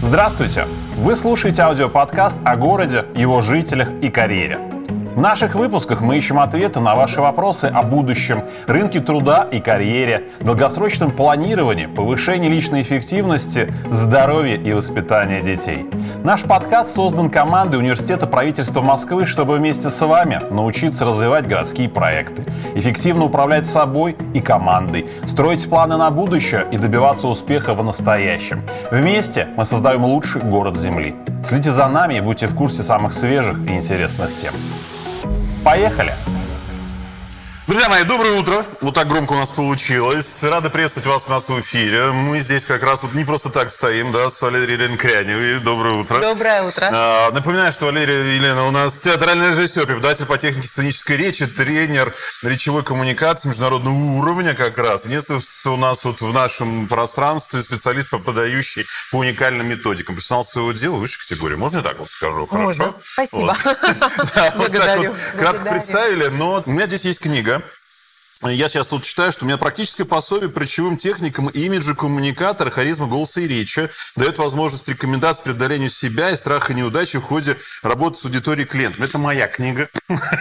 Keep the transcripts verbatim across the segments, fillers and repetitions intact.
Здравствуйте! Вы слушаете аудиоподкаст о городе, его жителях и карьере. В наших выпусках мы ищем ответы на ваши вопросы о будущем, рынке труда и карьере, долгосрочном планировании, повышении личной эффективности, здоровье и воспитании детей. Наш подкаст создан командой Университета правительства Москвы, чтобы вместе с вами научиться развивать городские проекты, эффективно управлять собой и командой, строить планы на будущее и добиваться успеха в настоящем. Вместе мы создаем лучший город Земли. Следите за нами и будьте в курсе самых свежих и интересных тем. Поехали! Друзья мои, доброе утро. Вот так громко у нас получилось. Рады приветствовать вас у нас в эфире. Мы здесь как раз вот не просто так стоим, да, с Валерией Ленкряневой. Доброе утро. Доброе утро. А, напоминаю, что Валерия Елена у нас театральный режиссер, преподаватель по технике сценической речи, тренер речевой коммуникации международного уровня как раз. Единственное, у нас вот в нашем пространстве специалист, преподающий по уникальным методикам. Профессионал своего дела высшей категории. Можно я так вот скажу? Хорошо? Можно. Спасибо. Благодарю. Кратко представили, но у меня здесь есть книга. Я сейчас вот читаю, что у меня практическое пособие по речевым техникам, имиджа, коммуникатора, харизма голоса и речи дает возможность рекомендаций при преодолению себя и страха неудачи в ходе работы с аудиторией клиентов. Это моя книга.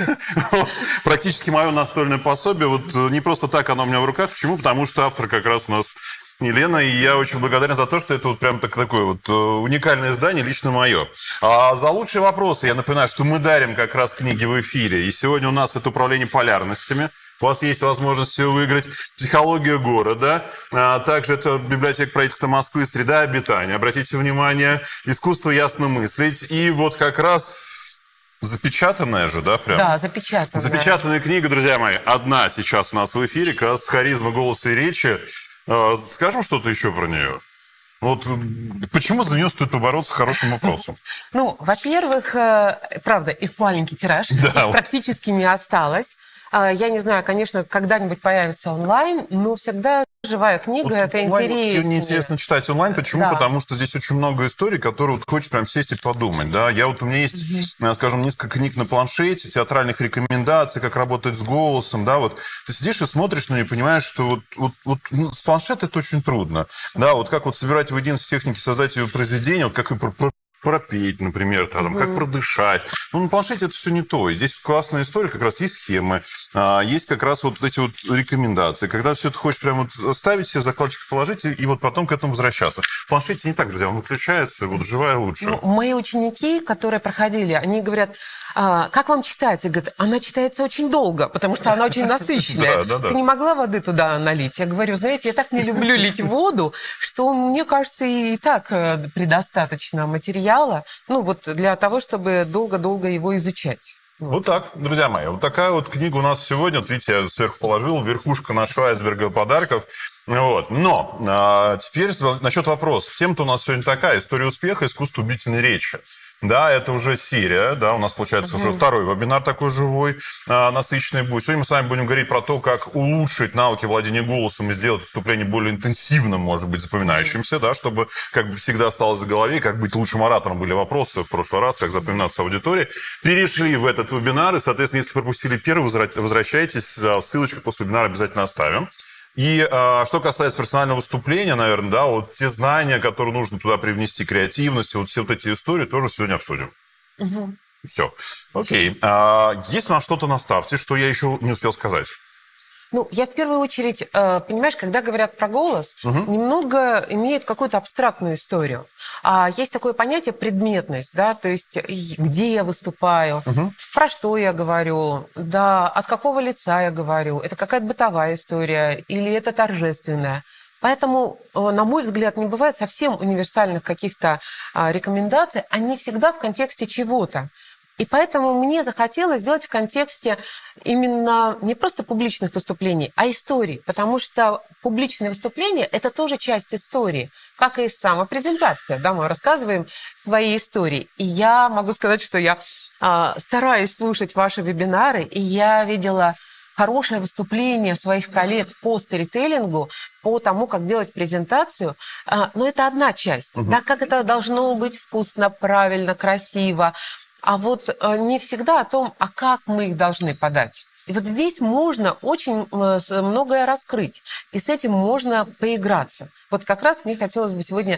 Практически мое настольное пособие. Вот не просто так оно у меня в руках. Почему? Потому что автор как раз у нас Елена, и я очень благодарен за то, что это вот прям так, такое вот уникальное издание, лично мое. А за лучшие вопросы я напоминаю, что мы дарим как раз книги в эфире. И сегодня у нас это управление полярностями. У вас есть возможность выиграть «Психология города», а также это библиотека правительства Москвы «Среда обитания». Обратите внимание, «Искусство ясно мыслить». И вот как раз запечатанная же, да, прям? Да, запечатанная. Запечатанная книга, друзья мои. Одна сейчас у нас в эфире, как раз «Харизма голоса и речи». Скажем что-то еще про нее? Вот почему за нее стоит побороться хорошим вопросом? Ну, во-первых, правда, их маленький тираж, да, их вот. практически не осталось. Я не знаю, конечно, когда-нибудь появится онлайн, но всегда живая книга, вот это интереснее. Мне интересно читать онлайн. Почему? Да. Потому что здесь очень много историй, которые вот хочешь прям сесть и подумать. Да? Я вот, у меня есть, угу. скажем, несколько книг на планшете, театральных рекомендаций, как работать с голосом. Да? Вот ты сидишь и смотришь на нее и понимаешь, что вот, вот, вот ну, с планшета это очень трудно. Да? Вот как вот собирать в единстве техники, создать ее произведение, вот как и пропеть, например, там, mm-hmm. как продышать. Ну, на планшете это все не то. И здесь классная история, как раз есть схемы, а, есть как раз вот эти вот рекомендации. Когда все это хочешь прямо вот оставить, себе закладчик положить, и, и вот потом к этому возвращаться. В планшете не так, друзья, он выключается, вот живая лучше. Ну, мои ученики, которые проходили, они говорят, а, как вам читать? И говорят, она читается очень долго, потому что она очень насыщенная. Ты не могла воды туда налить? Я говорю, знаете, я так не люблю лить воду, что мне кажется, и так предостаточно материала. Ну, вот для того, чтобы долго-долго его изучать. Вот. вот так, друзья мои. Вот такая вот книга у нас сегодня. Вот видите, я сверху положил, верхушка нашего айсберга подарков. Вот. Но а, теперь насчет вопросов. Тема-то у нас сегодня такая. История успеха, искусство убедительной речи. Да, это уже серия, да, у нас получается uh-huh. уже второй вебинар такой живой, а, насыщенный будет. Сегодня мы с вами будем говорить про то, как улучшить навыки владения голосом и сделать выступление более интенсивным, может быть, запоминающимся, uh-huh. да, чтобы, как бы всегда осталось в голове, как быть лучшим оратором. Были вопросы в прошлый раз, как запоминаться аудитории. Перешли в этот вебинар, и, соответственно, если пропустили первый, возвращайтесь, ссылочку после вебинара обязательно оставим. И а, что касается персонального выступления, наверное, да, вот те знания, которые нужно туда привнести, креативность, вот все вот эти истории тоже сегодня обсудим. Угу. Все. Окей. А, есть у нас что-то на старте, что я еще не успел сказать? Ну, я в первую очередь, понимаешь, когда говорят про голос, угу. немного имеет какую-то абстрактную историю. А есть такое понятие предметность, да, то есть где я выступаю, угу. про что я говорю, да, от какого лица я говорю, это какая-то бытовая история или это торжественная. Поэтому, на мой взгляд, не бывает совсем универсальных каких-то рекомендаций, они всегда в контексте чего-то. И поэтому мне захотелось сделать в контексте именно не просто публичных выступлений, а историй. Потому что публичное выступление – это тоже часть истории, как и самопрезентация. Да, мы рассказываем свои истории. И я могу сказать, что я а, стараюсь слушать ваши вебинары, и я видела хорошее выступление своих коллег по сторителлингу, по тому, как делать презентацию. А, но это одна часть. Угу. Да, как это должно быть вкусно, правильно, красиво. А вот не всегда о том, а как мы их должны подать. И вот здесь можно очень многое раскрыть, и с этим можно поиграться. Вот как раз мне хотелось бы сегодня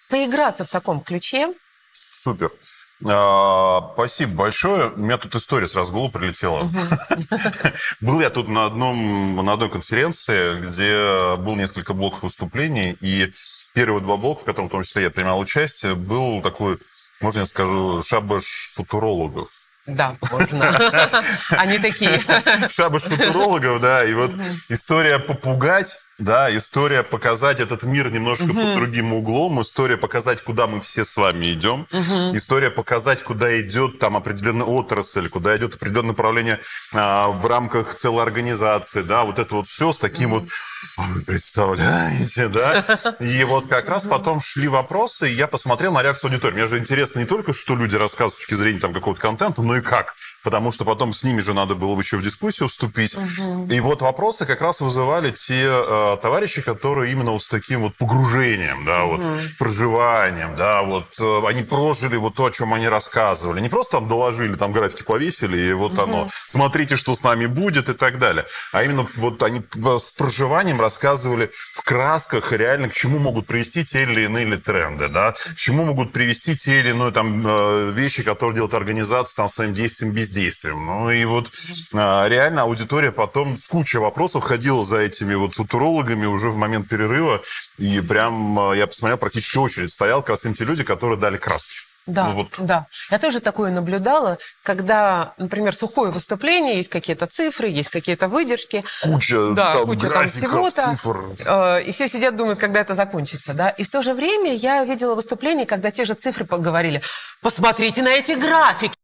поиграться в таком ключе. Супер. А, спасибо большое. У меня тут история сразу в голову прилетела. Был я тут на, одном, на одной конференции, где было несколько блоков выступлений, и первые два блока, в котором в том числе я принимал участие, был такой, можно я скажу, шабаш футурологов. Да, можно. Они такие. Шабаш футурологов, да, и вот история попугать, да, история показать этот мир немножко uh-huh. под другим углом, история показать, куда мы все с вами идем, uh-huh. история показать, куда идет там определенная отрасль, куда идет определенное направление а, в рамках целой организации, да, вот это вот все с таким uh-huh. вот, вы представляете, да, и вот как раз потом шли вопросы, и я посмотрел на реакцию аудитории. Мне же интересно не только, что люди рассказывают с точки зрения там какого-то контента, но и как, потому что потом с ними же надо было еще в дискуссию вступить, uh-huh. и вот вопросы как раз вызывали те товарищи, которые именно вот с таким вот погружением, да, вот, mm-hmm. проживанием, да, вот, они прожили вот то, о чем они рассказывали. Не просто там доложили, там графики повесили, и вот mm-hmm. оно, смотрите, что с нами будет и так далее. А именно вот они с проживанием рассказывали в красках реально, к чему могут привести те или иные тренды, да, к чему могут привести те или иные там вещи, которые делают организация там своим действием, бездействием. Ну и вот реально аудитория потом с кучей вопросов ходила за этими вот футурологами уже в момент перерыва, и прям я посмотрел, практически очередь стоял, как раз им те люди, которые дали краски. Да, ну, вот. да. Я тоже такое наблюдала, когда, например, сухое выступление, есть какие-то цифры, есть какие-то выдержки. Куча, да, там, куча графиков, там всего-то. Цифр. Э, и все сидят, думают, когда это закончится. Да? И в то же время я видела выступление, когда те же цифры поговорили. Посмотрите на эти графики.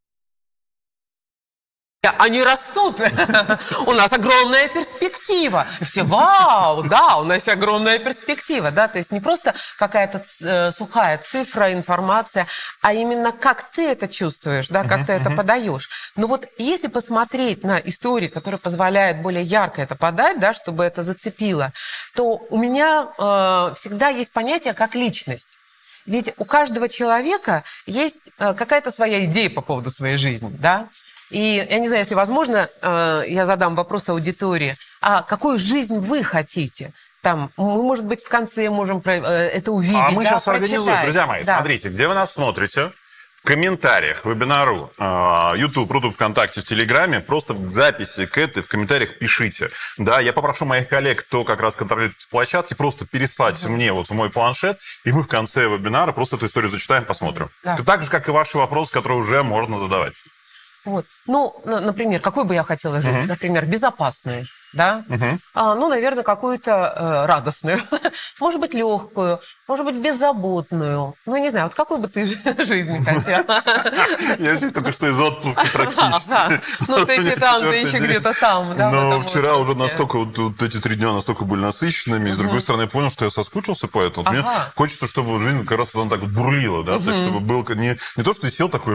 Они растут. У нас огромная перспектива. И все, вау, да, у нас огромная перспектива. Да? То есть не просто какая-то э, сухая цифра, информация, а именно как ты это чувствуешь, да, как uh-huh, ты это uh-huh. подаешь. Но вот если посмотреть на истории, которые позволяют более ярко это подать, да, чтобы это зацепило, то у меня э, всегда есть понятие как личность. Ведь у каждого человека есть э, какая-то своя идея по поводу своей жизни, да. И я не знаю, если возможно, я задам вопрос аудитории. А какую жизнь вы хотите? Там, мы, может быть, в конце можем это увидеть. А мы да, сейчас прочитать. организуем. Друзья мои, да. Смотрите, где вы нас смотрите? В комментариях вебинару YouTube, Рутуб, ВКонтакте, в Телеграме, просто в записи к этой, в комментариях пишите. Да, я попрошу моих коллег, кто как раз контролирует площадки, просто переслать uh-huh. мне вот в мой планшет, и мы в конце вебинара просто эту историю зачитаем, посмотрим. Да. Так же, как и ваши вопросы, которые уже можно задавать. Вот. Ну, например, какой бы я хотела жизнь? Uh-huh. Например, безопасную, да? Uh-huh. А, ну, наверное, какую-то э, радостную. Может быть, легкую, может быть, беззаботную. Ну, не знаю, вот какую бы ты жизнь хотела? Я вообще только что из отпуска практически. Ну, то есть там, ты еще где-то там, да? Но вчера уже настолько, вот эти три дня настолько были насыщенными, и с другой стороны, я понял, что я соскучился по этому. Мне хочется, чтобы жизнь как раз вот так вот бурлила, да? То есть, чтобы был не то, что ты сел такой,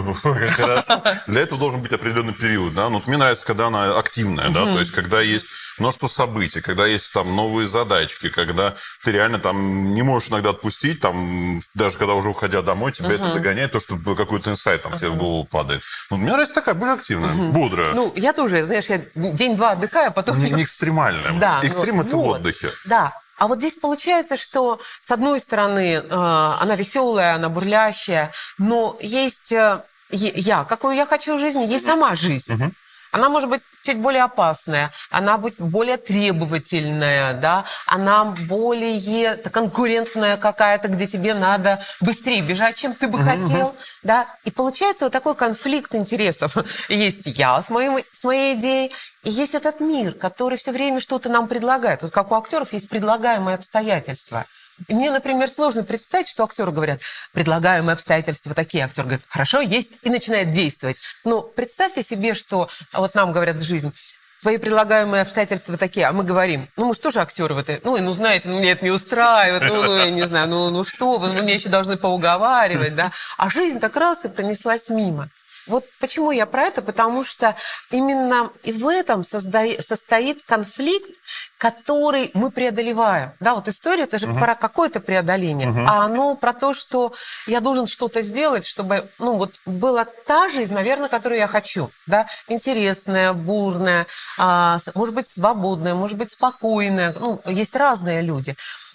для этого должен быть определенный период, да? Но мне нравится, когда она активная, да? То есть, когда есть множество событий, когда есть там новые задачки, когда ты реально там не можешь иногда отпустить, там, даже когда уже уходя домой, тебя uh-huh. это догоняет, то, что какой-то инсайт там uh-huh. тебе в голову падает. Ну, мне нравится такая, более активная, uh-huh. бодрая. Ну, я тоже, знаешь, я день-два отдыхаю, а потом... Не, не экстремальная. Да, экстрем – это вот, в отдыхе. Да. А вот здесь получается, что, с одной стороны, э, она веселая, она бурлящая, но есть э, я, какую я хочу в жизни, есть сама жизнь. Uh-huh. Она может быть чуть более опасная, она будет более требовательная, да, она более конкурентная какая-то, где тебе надо быстрее бежать, чем ты бы uh-huh. хотел, да. И получается вот такой конфликт интересов. Есть я с, моим, с моей идеей, и есть этот мир, который все время что-то нам предлагает. Вот как у актеров есть предлагаемые обстоятельства. И мне, например, сложно представить, что актеры говорят, предлагаемые обстоятельства такие. Актер говорит, хорошо, есть, и начинает действовать. Но представьте себе, что вот нам говорят в жизнь, твои предлагаемые обстоятельства такие, а мы говорим, ну, мы что же актеры в этой, ну, ну, знаете, ну, мне это не устраивает, ну, ну, я не знаю, ну, ну, что вы, ну, меня еще должны поуговаривать, да. А жизнь так раз и пронеслась мимо. Вот почему я про это, потому что именно и в этом созда... состоит конфликт, который мы преодолеваем. Да, вот история, это же uh-huh. про какое-то преодоление, uh-huh. а оно про то, что я должен что-то сделать, чтобы, ну, вот была та жизнь, наверное, которую я хочу, да, интересная, бурная, а, может быть, свободная, может быть, спокойная, ну, есть разные люди.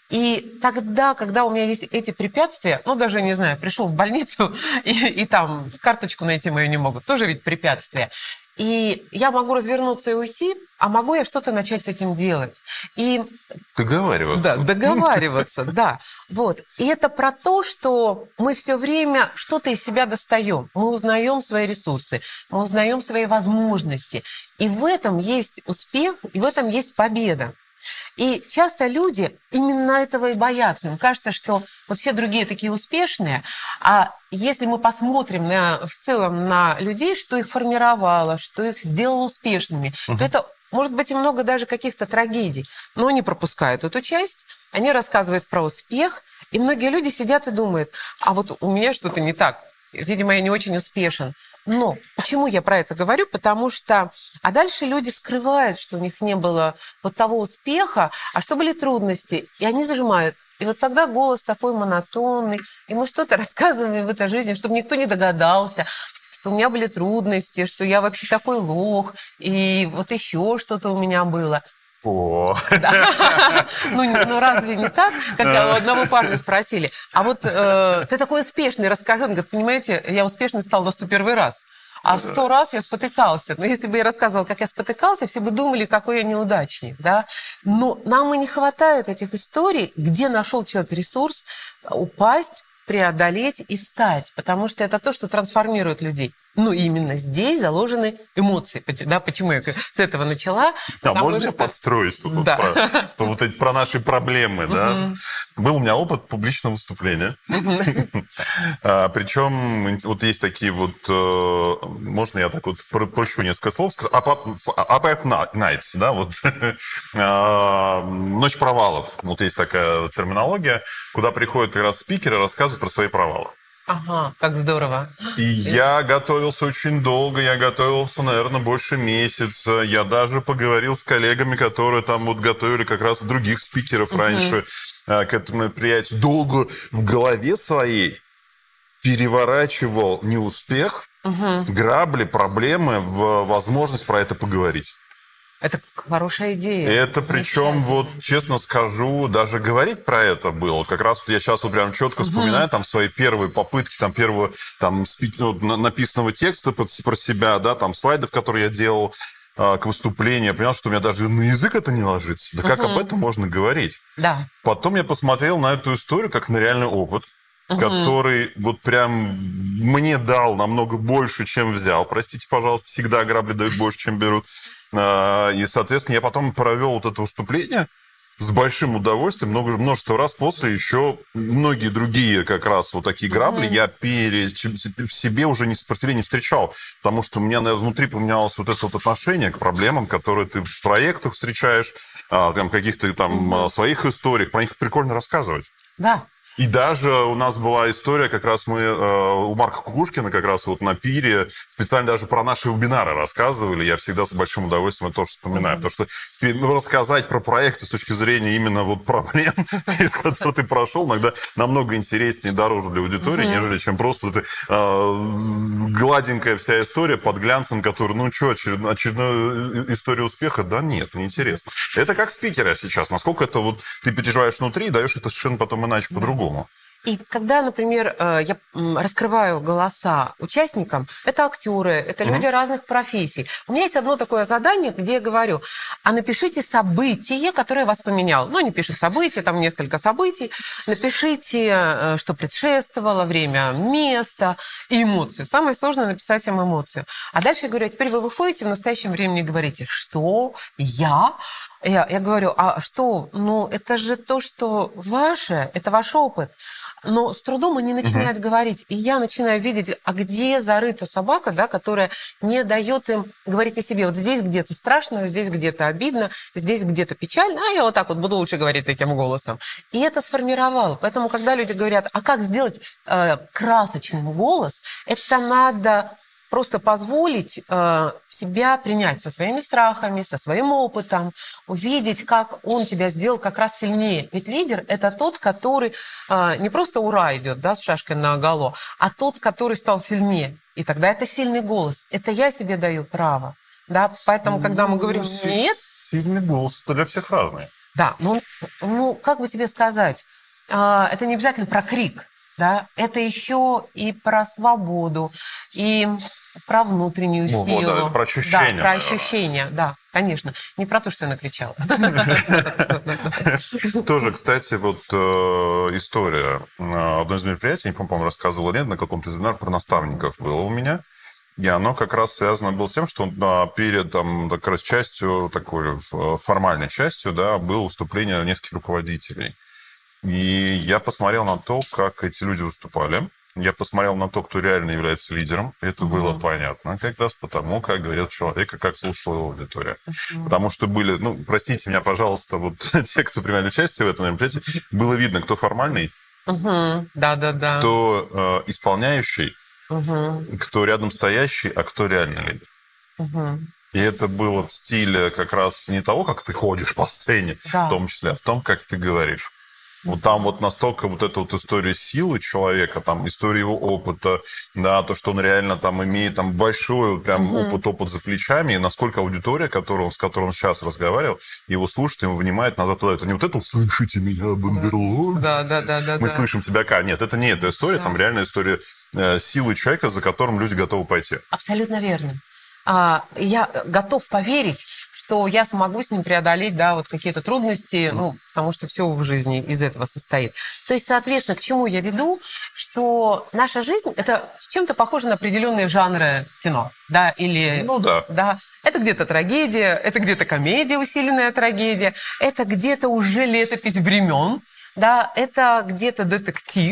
И тогда, когда у меня есть эти препятствия, ну, даже, не знаю, пришел в больницу, и, и там карточку найти мою не могут, тоже ведь препятствие. И я могу развернуться и уйти, а могу я что-то начать с этим делать. И Договариваться. Да, договариваться, да. Вот. И это про то, что мы все время что-то из себя достаем. Мы узнаем свои ресурсы, мы узнаем свои возможности. И в этом есть успех, и в этом есть победа. И часто люди именно этого и боятся. Им кажется, что вот все другие такие успешные, а если мы посмотрим на, в целом на людей, что их формировало, что их сделало успешными, uh-huh. то это может быть и много даже каких-то трагедий. Но они пропускают эту часть, они рассказывают про успех, и многие люди сидят и думают, а вот у меня что-то не так, видимо, я не очень успешен. Но почему я про это говорю? Потому что... А дальше люди скрывают, что у них не было вот того успеха, а что были трудности, и они зажимают. И вот тогда голос такой монотонный, и мы что-то рассказываем в этой жизни, чтобы никто не догадался, что у меня были трудности, что я вообще такой лох, и вот еще что-то у меня было. О. Да. Ну, ну разве не так? Когда у одного парня спросили, а вот э, ты такой успешный, расскажи. Он говорит, понимаете, я успешный стал на сто первый раз. А сто раз я спотыкался. Но если бы я рассказывала, как я спотыкался, все бы думали, какой я неудачник. Да? Но нам и не хватает этих историй, где нашел человек ресурс упасть, преодолеть и встать. Потому что это то, что трансформирует людей. Ну, именно здесь заложены эмоции. Да, почему я с этого начала? А можно что... я подстроюсь тут да. вот про, про, вот эти, про наши проблемы? Да? Uh-huh. Был у меня опыт публичного выступления. Uh-huh. Причем вот есть такие вот... Можно я так вот прощу несколько слов? Up Nights, да, вот. Ночь провалов. Вот есть такая терминология, куда приходят как раз спикеры и рассказывают про свои провалы. Ага, как здорово. И я готовился очень долго, я готовился, наверное, больше месяца. Я даже поговорил с коллегами, которые там вот готовили как раз других спикеров uh-huh. раньше к этому мероприятию. Долго в голове своей переворачивал неуспех, uh-huh. грабли, проблемы в возможность про это поговорить. Это хорошая идея. Это причем, вот честно скажу, даже говорить про это было. Вот как раз вот я сейчас вот прям четко вспоминаю угу. там свои первые попытки, там первого там спи- ну, написанного текста про себя, да, там слайдов, которые я делал э, к выступлению. Я понял, что у меня даже на язык это не ложится. Да угу. как об этом можно говорить? Да. Потом я посмотрел на эту историю как на реальный опыт, угу. который вот прям мне дал намного больше, чем взял. Простите, пожалуйста, всегда грабли дают больше, чем берут. И, соответственно, я потом провел вот это выступление с большим удовольствием, много, множество раз после еще многие другие как раз вот такие грабли mm-hmm. я пере, в себе уже не сопротивления не встречал, потому что у меня, наверное, внутри поменялось вот это вот отношение к проблемам, которые ты в проектах встречаешь, там, каких-то там mm-hmm. своих историях, про них прикольно рассказывать. Да. И даже у нас была история, как раз мы э, у Марка Кукушкина как раз вот на пире специально даже про наши вебинары рассказывали. Я всегда с большим удовольствием это тоже вспоминаю. Mm-hmm. Потому что ну, рассказать про проекты с точки зрения именно вот проблем, через которые ты прошел, иногда намного интереснее и дороже для аудитории, mm-hmm. нежели чем просто эта э, гладенькая вся история под глянцем, которая, ну что, очеред... очередная история успеха? Да нет, неинтересно. Это как спикеры сейчас. Насколько это вот ты переживаешь внутри и даешь это совершенно потом иначе, mm-hmm. по-другому. И когда, например, я раскрываю голоса участникам, это актеры, это люди mm-hmm. разных профессий. У меня есть одно такое задание, где я говорю, а напишите событие, которое вас поменяло. Ну, не пишут события, там несколько событий. Напишите, что предшествовало, время, место и эмоцию. Самое сложное написать им эмоцию. А дальше я говорю, а теперь вы выходите в настоящем времени и говорите, что я... Я, я говорю, а что? Ну, это же то, что ваше, это ваш опыт. Но с трудом они начинают uh-huh. говорить. И я начинаю видеть, а где зарыта собака, да, которая не дает им говорить о себе. Вот здесь где-то страшно, здесь где-то обидно, здесь где-то печально. А я вот так вот буду лучше говорить таким голосом. И это сформировало. Поэтому, когда люди говорят, а как сделать э, красочный голос, это надо... Просто позволить э, себя принять со своими страхами, со своим опытом, увидеть, как он тебя сделал как раз сильнее. Ведь лидер – это тот, который э, не просто ура идет, да, с шашкой наголо, а тот, который стал сильнее. И тогда это сильный голос. Это я себе даю право. Да? Поэтому, когда мы говорим «нет», сильный голос – это для всех разный. Да, но он, ну, как бы тебе сказать, это не обязательно про крик, да, это еще и про свободу, и про внутреннюю Ну, силу. вот, да, это про ощущения. Да, про ощущения, да, конечно. Не про то, что я накричала. Тоже, кстати, вот история. Одно из мероприятий, не помню, по-моему, рассказывала, нет, на каком-то вебинаре про наставников было у меня. И оно как раз связано было с тем, что да, перед там, как раз частью, такой формальной частью, да, было выступление нескольких руководителей. И я посмотрел на то, как эти люди выступали. Я посмотрел на то, кто реально является лидером. Это угу. было понятно. Как раз потому, как говорил человек, и как слушала его аудитория. Угу. Потому что были, ну, простите меня, пожалуйста, вот те, кто принимали участие в этом мероприятии, было видно, кто формальный, угу. да, да, да. кто э, исполняющий, угу. кто рядом стоящий, а кто реально лидер. Угу. И это было в стиле как раз не того, как ты ходишь по сцене, да. в том числе, а в том, как ты говоришь. Вот там вот настолько вот эта вот история силы человека, там история его опыта, да, то, что он реально там имеет там большой прям mm-hmm. опыт, опыт за плечами, и насколько аудитория, которую, с которой он сейчас разговаривал, его слушает, ему внимает назад туда. Это не вот это «слышите меня, Бандерлог?» Да, да, да, да. Мы да. слышим тебя как? Нет, это не эта история, да. там реальная история э, силы человека, за которым люди готовы пойти. Абсолютно верно. А, я готов поверить, что я смогу с ним преодолеть, да, вот какие-то трудности, ну, потому что все в жизни из этого состоит. То есть, соответственно, к чему я веду, что наша жизнь – это чем-то похоже на определенные жанры кино, да, или… Ну, да. Да, это где-то трагедия, это где-то комедия, усиленная трагедия, это где-то уже летопись времен, да, это где-то детектив,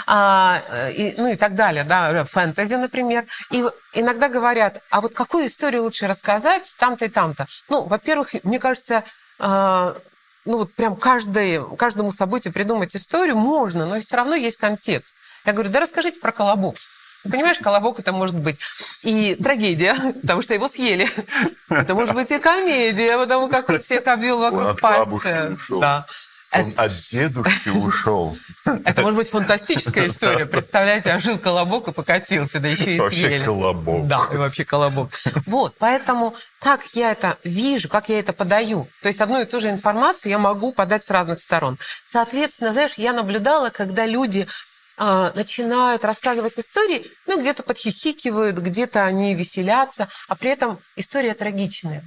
а, и, ну и так далее, да, фэнтези, например. И иногда говорят, а вот какую историю лучше рассказать там-то и там-то? Ну, во-первых, мне кажется, а, ну вот прям каждой, каждому событию придумать историю можно, но все равно есть контекст. Я говорю, да расскажите про «Колобок». Понимаешь, «Колобок» это может быть и трагедия, потому что его съели. Это может быть и комедия, потому как он всех обвил вокруг пальца. Да. Он это... от дедушки ушел. Это может быть фантастическая история. Представляете, а жил колобок и покатился, да еще и вообще съели. Колобок. Да, и вообще колобок. Вот, поэтому как я это вижу, как я это подаю. То есть одну и ту же информацию я могу подать с разных сторон. Соответственно, знаешь, я наблюдала, когда люди э, начинают рассказывать истории, ну, где-то подхихикивают, где-то они веселятся, а при этом история трагичная.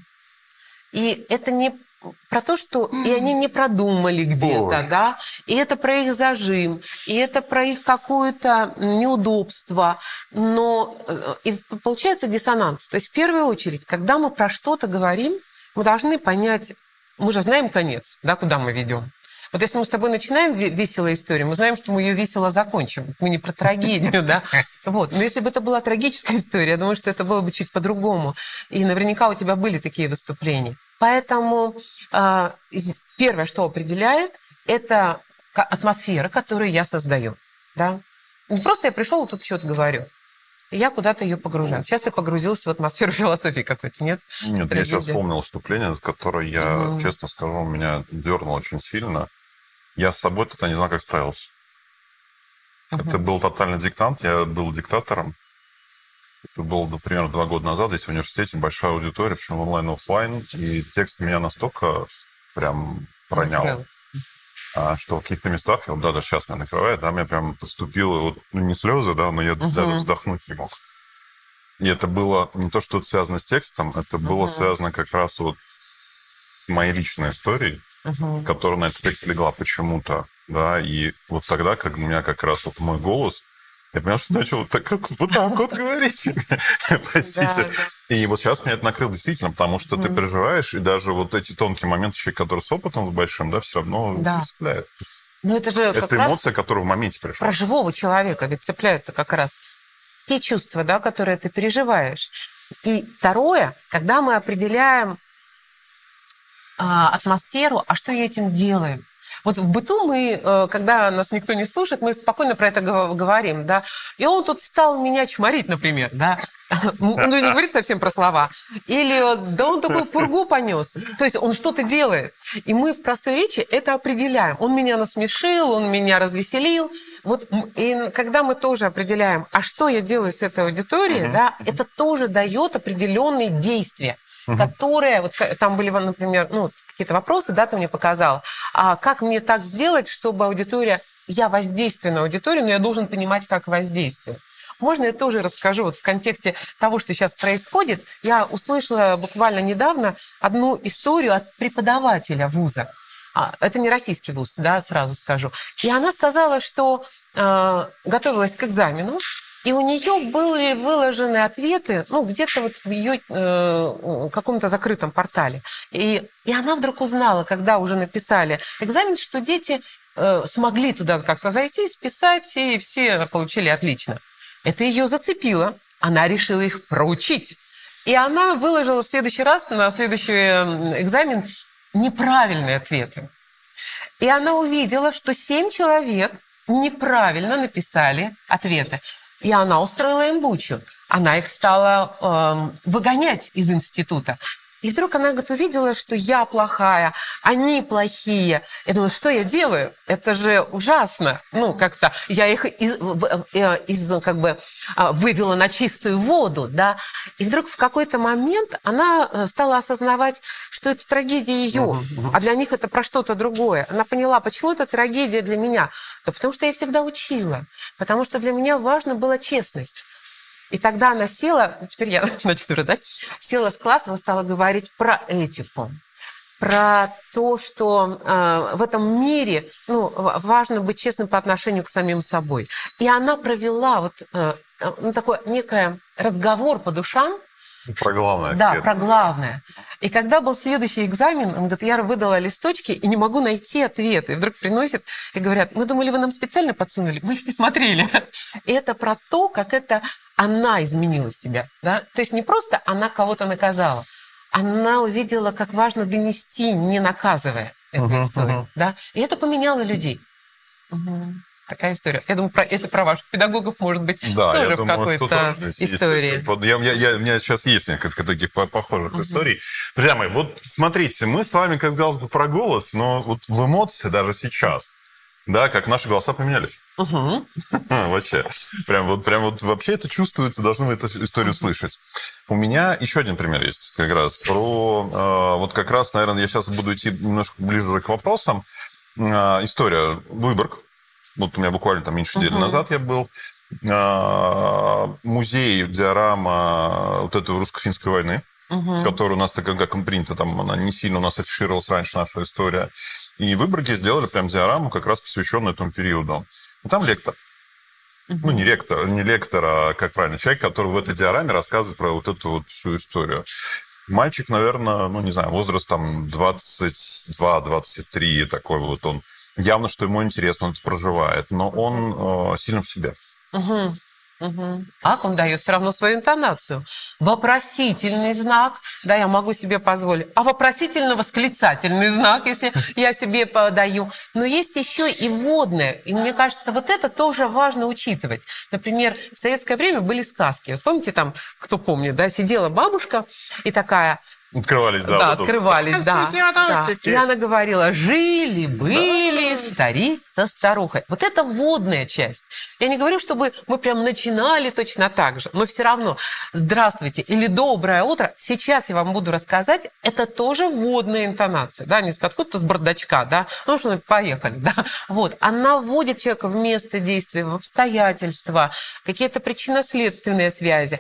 И это не про то, что и они не продумали где-то, Ой. да, и это про их зажим, и это про их какое-то неудобство, но и получается диссонанс. То есть в первую очередь, когда мы про что-то говорим, мы должны понять, мы же знаем конец, да, куда мы ведем. Вот если мы с тобой начинаем веселую историю, мы знаем, что мы ее весело закончим. Мы не про трагедию, да? Вот. Но если бы это была трагическая история, я думаю, что это было бы чуть по-другому. И наверняка у тебя были такие выступления. Поэтому э, первое, что определяет, это атмосфера, которую я создаю. Да? Не просто я пришел и тут что-то говорю. Я куда-то ее погружаю. Сейчас ты погрузился в атмосферу философии какой-то, нет? Нет, Трагедия. Я сейчас вспомнил выступление, которое я, mm-hmm. честно скажу, меня дернуло очень сильно. Я с собой тогда не знаю, как справился. Mm-hmm. Это был тотальный диктант, я был диктатором. Это было, например, два года назад здесь в университете, большая аудитория, причем онлайн-офлайн, и текст меня настолько прям пронял, mm-hmm. а, что в каких-то местах, вот, да, даже сейчас меня накрывает, да, меня прям подступило, вот, ну, не слезы, да, но я uh-huh. даже вздохнуть не мог. И это было не то, что это связано с текстом, это было uh-huh. связано как раз вот с моей личной историей, uh-huh. которая на этот текст легла почему-то, да, и вот тогда, как у меня как раз вот мой голос, я понял, что начал так, как, вот так вот говорить. Простите. И вот сейчас меня это накрыло действительно, потому что ты переживаешь, и даже вот эти тонкие моменты, которые с опытом, с большим, да, все равно цепляют. Но это же это эмоция, которая в моменте пришла. Про живого человека ведь цепляют как раз те чувства, да, которые ты переживаешь. И второе, когда мы определяем а, атмосферу, а что я этим делаю? Вот в быту мы, когда нас никто не слушает, мы спокойно про это говорим, да. И он тут стал меня чморить, например, да. Он же не говорит совсем про слова. Или, да он такую пургу понес. То есть он что-то делает. И мы в простой речи это определяем. Он меня насмешил, он меня развеселил. Вот, и когда мы тоже определяем, а что я делаю с этой аудиторией, uh-huh. да, это тоже дает определенные действия. угу. которые... Вот там были, например, ну, какие-то вопросы, да, ты мне показала. А как мне так сделать, чтобы аудитория... Я воздействую на аудиторию, но я должен понимать, как воздействие. Можно я тоже расскажу? Вот в контексте того, что сейчас происходит, я услышала буквально недавно одну историю от преподавателя вуза. А, это не российский вуз, да, сразу скажу. И она сказала, что э, готовилась к экзамену, и у нее были выложены ответы, ну, где-то вот в ее э, каком-то закрытом портале. И, и она вдруг узнала, когда уже написали экзамен, что дети э, смогли туда как-то зайти, списать, и все получили отлично. Это ее зацепило. Она решила их проучить. И она выложила в следующий раз, на следующий экзамен, неправильные ответы. И она увидела, что семь человек неправильно написали ответы. И она устроила им бучу. Она их стала э, выгонять из института. И вдруг она, говорит, увидела, что я плохая, они плохие. Я думаю, что я делаю? Это же ужасно. Ну, как-то я их из, из, как бы вывела на чистую воду, да. И вдруг в какой-то момент она стала осознавать, что это трагедия ее, а для них это про что-то другое. Она поняла, почему это трагедия для меня. Да потому что я всегда учила. Потому что для меня важна была честность. И тогда она села, теперь я начну рыдать, села с классом и стала говорить про этику, про то, что э, в этом мире ну, важно быть честным по отношению к самим собой. И она провела вот э, ну, такой некий разговор по душам. Про главное. Да, про главное. И когда был следующий экзамен, он говорит, я выдала листочки и не могу найти ответы. И вдруг приносит и говорят, мы думали, вы нам специально подсунули, мы их не смотрели. И это про то, как это... Она изменила себя, да? То есть не просто она кого-то наказала, она увидела, как важно донести, не наказывая эту uh-huh, историю, uh-huh. да? И это поменяло людей. Угу. Такая история. Я думаю, про, это про ваших педагогов, может быть, да, тоже я в думаю, какой-то истории. Есть, я, я, я, у меня сейчас есть несколько таких похожих uh-huh. историй. Друзья мои, вот смотрите, мы с вами, как сказал бы, про голос, но вот в эмоции даже сейчас, да, как наши голоса поменялись. Угу. Вообще. Прям вот, прям вот вообще это чувствуется, должны вы эту историю слышать. У меня еще один пример есть как раз про... Э, вот как раз, наверное, я сейчас буду идти немножко ближе к вопросам. Э, история Выборг. Вот у меня буквально там меньше недели uh-huh. назад я был. Э, музей, диорама вот этой русско-финской войны, uh-huh. которая у нас, так как принято, там она не сильно у нас афишировалась раньше, наша история. И в Выборге сделали прям диораму, как раз посвященную этому периоду. И там лектор. Uh-huh. Ну, не лектор, не лектор, а, как правильно, человек, который в этой диораме рассказывает про вот эту вот всю историю. Мальчик, наверное, ну, не знаю, возраст там двадцать два двадцать три, такой вот он. Явно, что ему интересно, он это проживает, но он э, сильно в себе. Uh-huh. Угу. Ак, он дает все равно свою интонацию. Вопросительный знак, да, я могу себе позволить. А вопросительно-восклицательный знак, если я себе подаю. Но есть еще и вводное. И мне кажется, вот это тоже важно учитывать. Например, в советское время были сказки. Помните там, кто помнит, да, сидела бабушка и такая... Открывались, да. Да, вот открывались, да, да. И она говорила, жили-были старик со старухой. Вот это вводная часть. Я не говорю, чтобы мы прям начинали точно так же, но все равно здравствуйте или доброе утро. Сейчас я вам буду рассказать, это тоже вводная интонация, да, не откуда-то с бардачка, да, ну что, поехали, да. Вот, она вводит человека в место действия, в обстоятельства, какие-то причинно-следственные связи.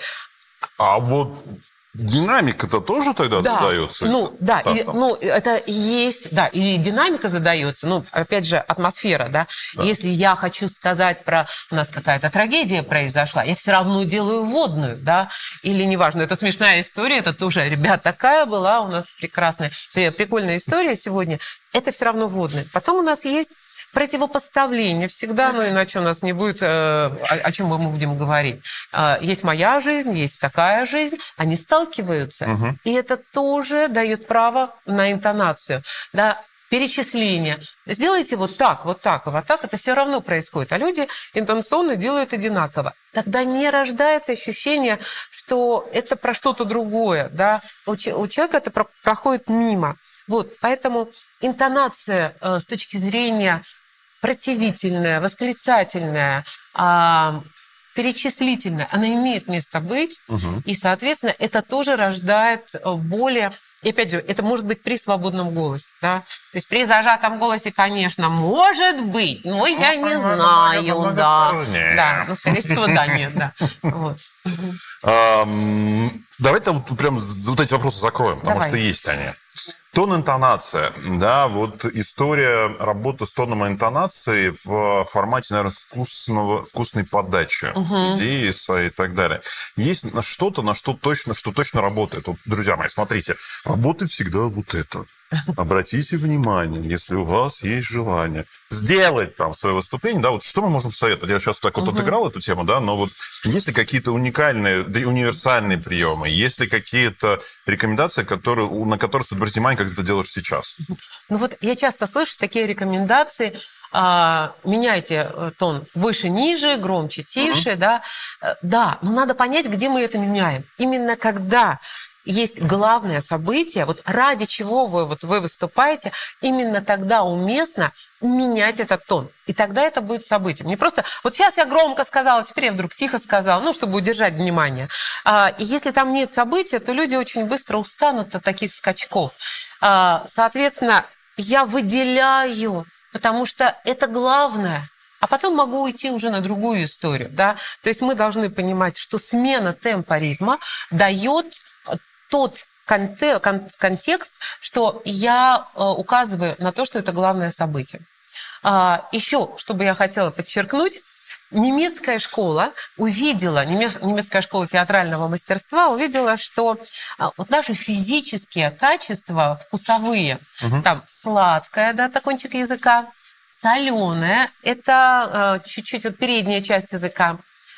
А вот... Динамика-то тоже тогда да. задается? Ну, да, и, ну, это есть, да, и динамика задается, ну, опять же, атмосфера, да? да. Если я хочу сказать про, у нас какая-то трагедия произошла, я все равно делаю вводную, да, или неважно, это смешная история, это тоже, ребят, такая была у нас прекрасная, прикольная история сегодня, это все равно вводная. Потом у нас есть противопоставление всегда, ну иначе у нас не будет, э, о, о чем мы будем говорить. Э, есть моя жизнь, есть такая жизнь, они сталкиваются, угу. и это тоже дает право на интонацию, да, перечисление. Сделайте вот так, вот так и вот так, это все равно происходит, а люди интонационно делают одинаково. Тогда не рождается ощущение, что это про что-то другое, да, у, у человека это про, проходит мимо. Вот, поэтому интонация э, с точки зрения противительная, восклицательная, а, перечислительная, она имеет место быть, Мгм. и, соответственно, это тоже рождает э, более... И опять же, это может быть при свободном голосе, да? То есть при зажатом голосе, конечно, может быть, но я не знаю, да. Да, ну, скорее всего, да, нет, да. Вот. Ам, Давайте вот прям з- вот эти вопросы закроем, потому Давай. что есть они. Тон, интонация, да, вот история работы с тоном и интонацией в формате, наверное, вкусного, вкусной подачи, идеи свои и так далее. Есть на что-то, на что точно, что точно работает. Вот, друзья мои, смотрите, работает всегда вот это. Обратите внимание, если у вас есть желание сделать там свое выступление, да, вот что мы можем советовать? Я сейчас так вот отыграл эту тему, да, но вот есть ли какие-то уникальные, да и универсальные приемы, есть ли какие-то рекомендации, которые, на которые стоит обратить внимание, как ты это делаешь сейчас? Ну вот я часто слышу такие рекомендации, а, меняйте э, тон выше-ниже, громче, тише, да. Э, Да, но надо понять, где мы это меняем. Именно когда есть главное событие, вот ради чего вы, вот вы выступаете, именно тогда уместно менять этот тон. И тогда это будет событием. Не просто вот сейчас я громко сказала, теперь я вдруг тихо сказала, ну, чтобы удержать внимание. А, и если там нет события, то люди очень быстро устанут от таких скачков. А, соответственно, я выделяю, потому что это главное. А потом могу уйти уже на другую историю. Да? То есть мы должны понимать, что смена темпа ритма дает тот конте- кон- контекст, что я э, указываю на то, что это главное событие. А, еще, что бы я хотела подчеркнуть, немецкая школа увидела, немец- немецкая школа театрального мастерства увидела, что а, вот наши физические качества, вкусовые, Мгм. там сладкое, да, это кончик языка, соленое, это э, чуть-чуть вот передняя часть языка,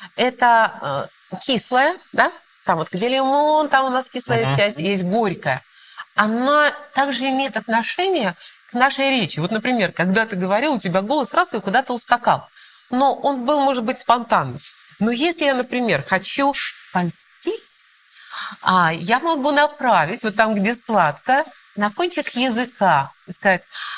это э, кислое, да, там вот где лимон, там у нас кислая Мгм. часть, есть горькая. Она также имеет отношение к нашей речи. Вот, например, когда ты говорил, у тебя голос раз и куда-то ускакал. Но он был, может быть, спонтанным. Но если я, например, хочу польстить, а, я могу направить вот там, где сладко, на кончик языка и сказать: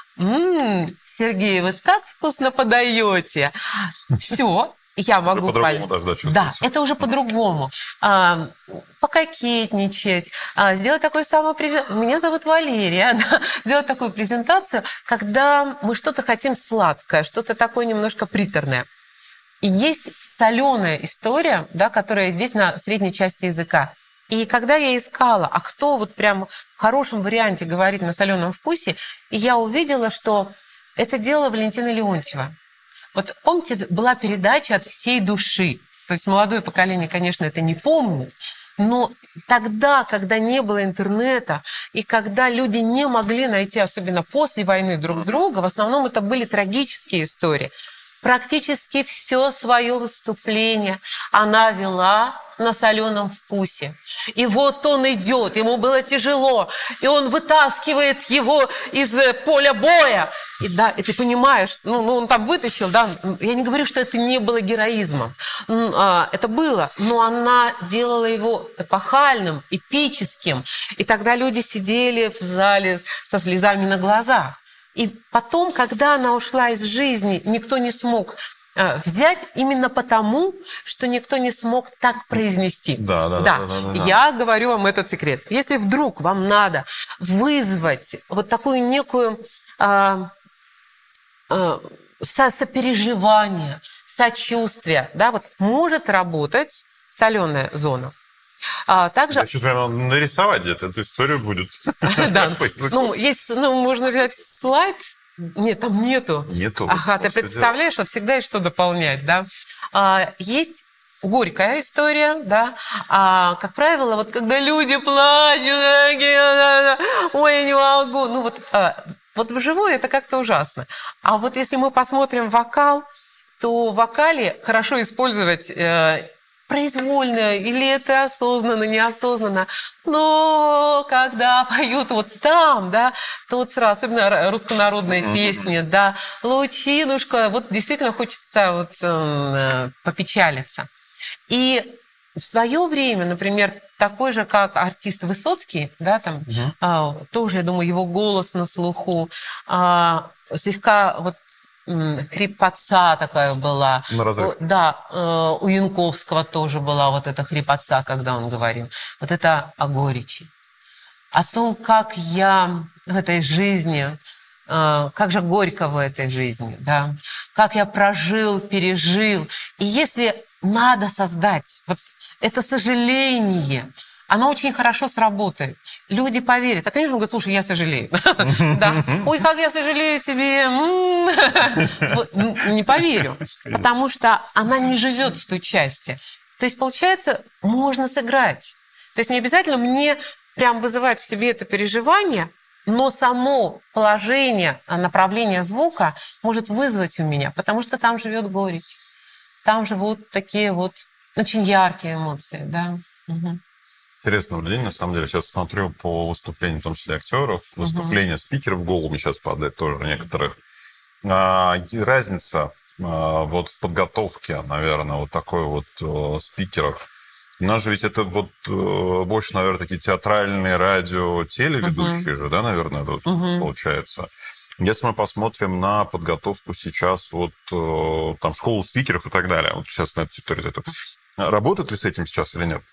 «М, Сергей, вы так вкусно подаете». Все, я могу по-другому польстить. даже, да, чувствуется. Да, это уже по-другому. А, пококетничать, а, сделать такой самый презентацию. Меня зовут Валерия. да. Сделать такую презентацию, когда мы что-то хотим сладкое, что-то такое немножко приторное. И есть соленая история, да, которая здесь на средней части языка. И когда я искала, а кто вот прям в хорошем варианте говорит на соленом вкусе, и я увидела, что это дело Валентина Леонтьева. Вот помните, была передача «От всей души». То есть молодое поколение, конечно, это не помнит, но тогда, когда не было интернета, и когда люди не могли найти, особенно после войны, друг друга, в основном это были трагические истории. Практически все свое выступление она вела на соленом вкусе. И вот он идет, ему было тяжело, и он вытаскивает его из э, поля боя. И да, и ты понимаешь, ну, ну он там вытащил, да, я не говорю, что это не было героизмом. М, а, Это было, но она делала его эпохальным, эпическим. И тогда люди сидели в зале со слезами на глазах. И потом, когда она ушла из жизни, никто не смог э, взять именно потому, что никто не смог так произнести. Да, да, да, да, да, да. Я говорю вам этот секрет. Если вдруг вам надо вызвать вот такую некую э, э, со- сопереживание, сочувствие, да, вот может работать соленая зона. А также Я чувствую, надо нарисовать где-то эту историю будет. Да, ну, есть, ну, можно взять слайд. Нет, там нету. Нету. Ага, Вот, ты всё представляешь, вот всегда есть что дополнять, да. А, есть горькая история, да. А, как правило, вот когда люди плачут, такие, ой, я не могу. Ну, вот, а, вот вживую это как-то ужасно. А вот если мы посмотрим вокал, то в вокале хорошо использовать э, произвольно, или это осознанно, неосознанно. Но когда поют вот там, да, то вот сразу, особенно руссконародные песни, да, «Лучинушка», вот действительно хочется вот э, попечалиться. И в свое время, например, такой же, как артист Высоцкий, да, там, а, тоже, я думаю, его голос на слуху, а, слегка вот хрипотца такая была. На разрыв. Да, у Янковского тоже была вот эта хрипотца, когда он говорил. Вот это о горечи. О том, как я в этой жизни, как же горько в этой жизни, да, как я прожил, пережил. И если надо создать вот это сожаление, оно очень хорошо сработает. Люди поверят. А, конечно, он говорит, слушай, я сожалею. Ой, как я сожалею тебе. Не поверю. Потому что она не живет в той части. То есть, получается, можно сыграть. То есть, не обязательно мне прям вызывать в себе это переживание, но само положение, направление звука может вызвать у меня, потому что там живет горечь. Там живут такие вот очень яркие эмоции, да. Угу. Интересное наблюдение, на самом деле. Сейчас смотрю по выступлениям, в том числе актеров, выступления угу. спикеров, в голову мне сейчас падает тоже некоторых. А, разница а, вот в подготовке, наверное, вот такой вот а, спикеров. У нас же ведь это вот а, больше, наверное, такие театральные, радио, телеведущие угу. же, да, наверное, тут угу. получается. Если мы посмотрим на подготовку сейчас, вот там школу спикеров и так далее, вот сейчас на эту территорию, работают ли с этим сейчас или нет?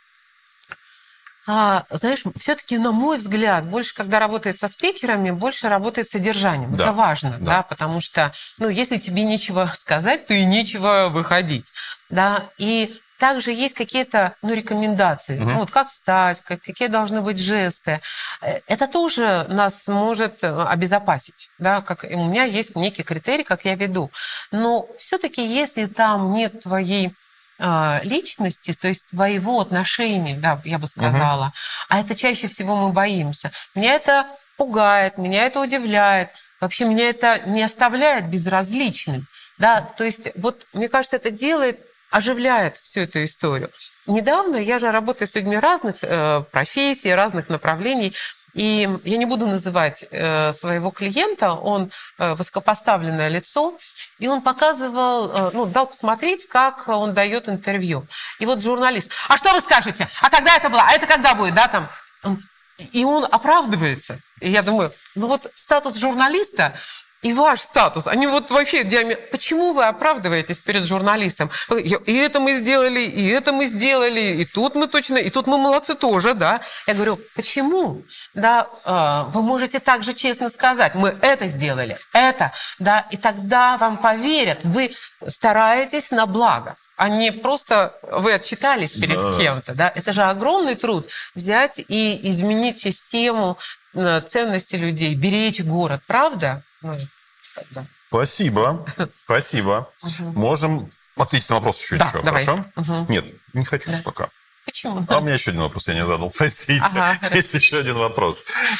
А, знаешь, все-таки, на мой взгляд, больше, когда работает со спикерами, больше работает с содержанием. Да. Это важно, да. да, потому что, ну, если тебе нечего сказать, то и нечего выходить, да, и также есть какие-то, ну, рекомендации, угу. ну, вот как встать, как, какие должны быть жесты. Это тоже нас может обезопасить, да, как у меня есть некий критерий, как я веду. Но все-таки, если там нет твоей личности, то есть твоего отношения, да, я бы сказала, угу. а это чаще всего мы боимся. Меня это пугает, меня это удивляет, вообще меня это не оставляет безразличным, да, то есть вот, мне кажется, это делает, оживляет всю эту историю. Недавно я же работаю с людьми разных э, профессий, разных направлений, и я не буду называть э, своего клиента, он э, высокопоставленное лицо, и он показывал, ну, дал посмотреть, как он дает интервью. И вот журналист, а что вы скажете? А когда это было? А это когда будет? Да, там? И он оправдывается. И я думаю, ну вот статус журналиста и ваш статус, они вот вообще диаметрально... Почему вы оправдываетесь перед журналистом? И это мы сделали, и это мы сделали, и тут мы точно, и тут мы молодцы тоже, да? Я говорю, почему? Да, вы можете также честно сказать, мы это сделали, это, да, и тогда вам поверят, вы стараетесь на благо, а не просто вы отчитались перед да. кем-то, да? Это же огромный труд взять и изменить систему ценностей людей, беречь город, правда? Ну, да. Спасибо, спасибо. Угу. Можем ответить на вопрос чуть-чуть да, еще, давай. Хорошо? Угу. Нет, не хочу да. пока. Почему? А у меня еще один вопрос я не задал, простите. Ага, Есть еще один вопрос.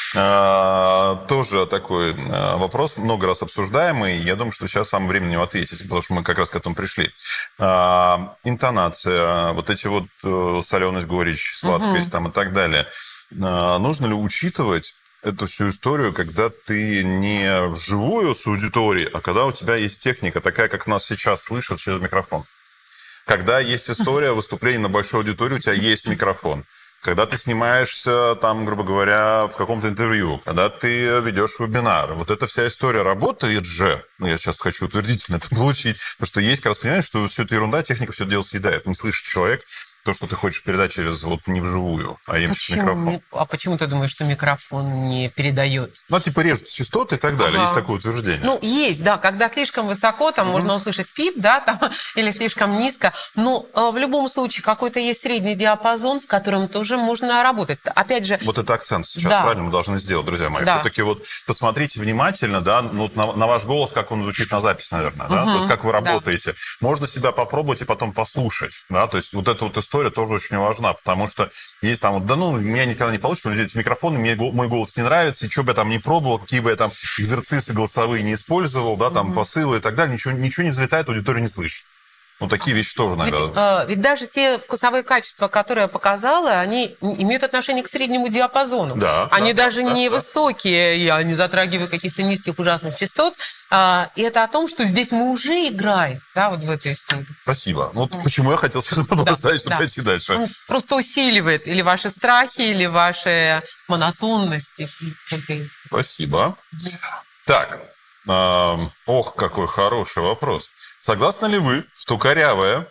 А, тоже такой а, вопрос, много раз обсуждаемый. Я думаю, что сейчас самое время на него ответить, потому что мы как раз к этому пришли. А, интонация, вот эти вот а, соленость, горечь, сладкость угу. там и так далее. А, нужно ли учитывать эту всю историю, когда ты не вживую с аудиторией, а когда у тебя есть техника, такая, как нас сейчас слышат через микрофон. Когда есть история выступления на большой аудитории, у тебя есть микрофон. Когда ты снимаешься, там, грубо говоря, в каком-то интервью, когда ты ведешь вебинар. Вот эта вся история работает же. Ну, я сейчас хочу утвердительно это получить. Потому что есть, как раз понимаешь, что все это ерунда, техника все это дело съедает. Не слышит человек то, что ты хочешь передать через вот не вживую, а именно через микрофон. А почему ты думаешь, что микрофон не передает? Ну, типа режутся частоты и так далее. Ага. Есть такое утверждение. Ну, есть, да. Когда слишком высоко, там угу. можно услышать пип, да, там, или слишком низко. Но э, в любом случае какой-то есть средний диапазон, в котором тоже можно работать. Опять же... Вот это акцент сейчас, да. правильно, мы должны сделать, друзья мои. Да. Все-таки вот посмотрите внимательно, да, ну, на, на ваш голос, как он звучит на запись, наверное, да, угу. вот как вы работаете. Да. Можно себя попробовать и потом послушать, да, то есть вот эта вот история тоже очень важна. Потому что есть там, вот, да ну, у меня никогда не получится, эти микрофоны, мне мой голос не нравится, и что бы я там ни пробовал, какие бы я там экзерцисы голосовые не использовал, да, там, mm-hmm. посылы и так далее, ничего, ничего не взлетает, аудитория не слышит. Вот такие вещи тоже, наверное. Ведь, э, ведь даже те вкусовые качества, которые я показала, они имеют отношение к среднему диапазону. Да, они да, даже да, не да, высокие, и они затрагивают каких-то низких ужасных частот. Э, и это о том, что здесь мы уже играем, да, вот в этой истории. Спасибо. Вот mm. почему я хотел сейчас поставить, чтобы да. пойти дальше. Он просто усиливает или ваши страхи, или ваши монотонности. Спасибо. Mm. Так. А, ох, какой хороший вопрос. Согласны ли вы, что корявое,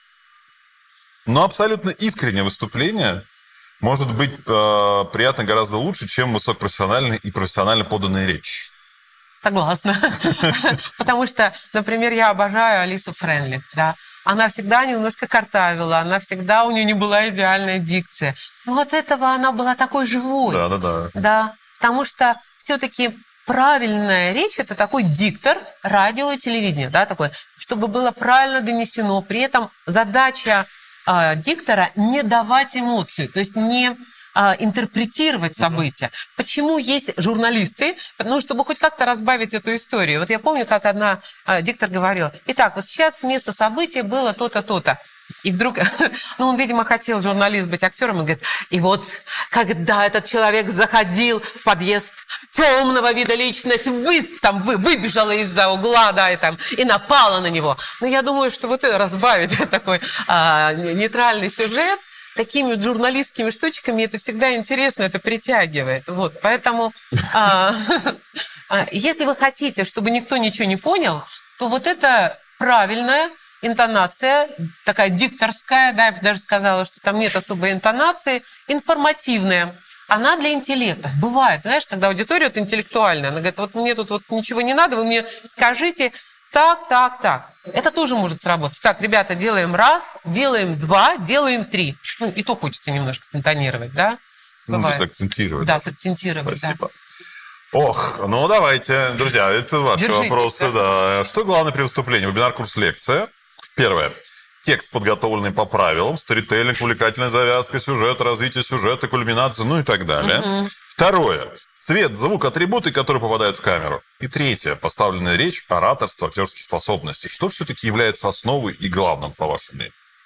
но абсолютно искреннее выступление может быть э, приятно гораздо лучше, чем высокопрофессиональная и профессионально поданная речь? Согласна. Потому что, например, я обожаю Алису Френли, да. Она всегда немножко картавила, она всегда, у нее не была идеальная дикция. Но от этого она была такой живой. Да, да, да. Да, потому что все-таки правильная речь – это такой диктор радио и телевидения, да, такой, чтобы было правильно донесено. При этом задача э, диктора – не давать эмоцию, то есть не э, интерпретировать события. Uh-huh. Почему есть журналисты? Ну, чтобы хоть как-то разбавить эту историю. Вот я помню, как одна э, диктор говорила: итак, вот сейчас место события было то-то, то-то. И вдруг, ну, он, видимо, хотел, журналист, быть актером, и говорит: и вот, когда этот человек заходил в подъезд, темного вида личность вы, там, вы, выбежала из-за угла, да, и, там, и напала на него. Но я думаю, что вот это разбавить такой а, нейтральный сюжет такими вот журналистскими штучками, это всегда интересно, это притягивает. Вот, поэтому, а, а, если вы хотите, чтобы никто ничего не понял, то вот это правильное. Интонация такая дикторская, да, я бы даже сказала, что там нет особой интонации, информативная. Она для интеллекта. Бывает, знаешь, когда аудитория вот интеллектуальная, она говорит: вот мне тут вот ничего не надо, вы мне скажите так, так, так. Это тоже может сработать. Так, ребята, делаем раз, делаем два, делаем три. Ну, и то хочется немножко синтонировать, да? Ну, то есть акцентировать. Да, сакцентировать. Спасибо. Да. Ох, ну давайте, друзья, это ваши Держитесь, вопросы. да. Да. Что главное при выступлении? Вебинар, курс, лекция. Первое. Текст, подготовленный по правилам, сторителлинг, увлекательная завязка, сюжет, развитие сюжета, кульминация, ну и так далее. Угу. Второе. Свет, звук, атрибуты, которые попадают в камеру. И третье. Поставленная речь, ораторство, актерские способности. Что все-таки является основой и главным, по вашему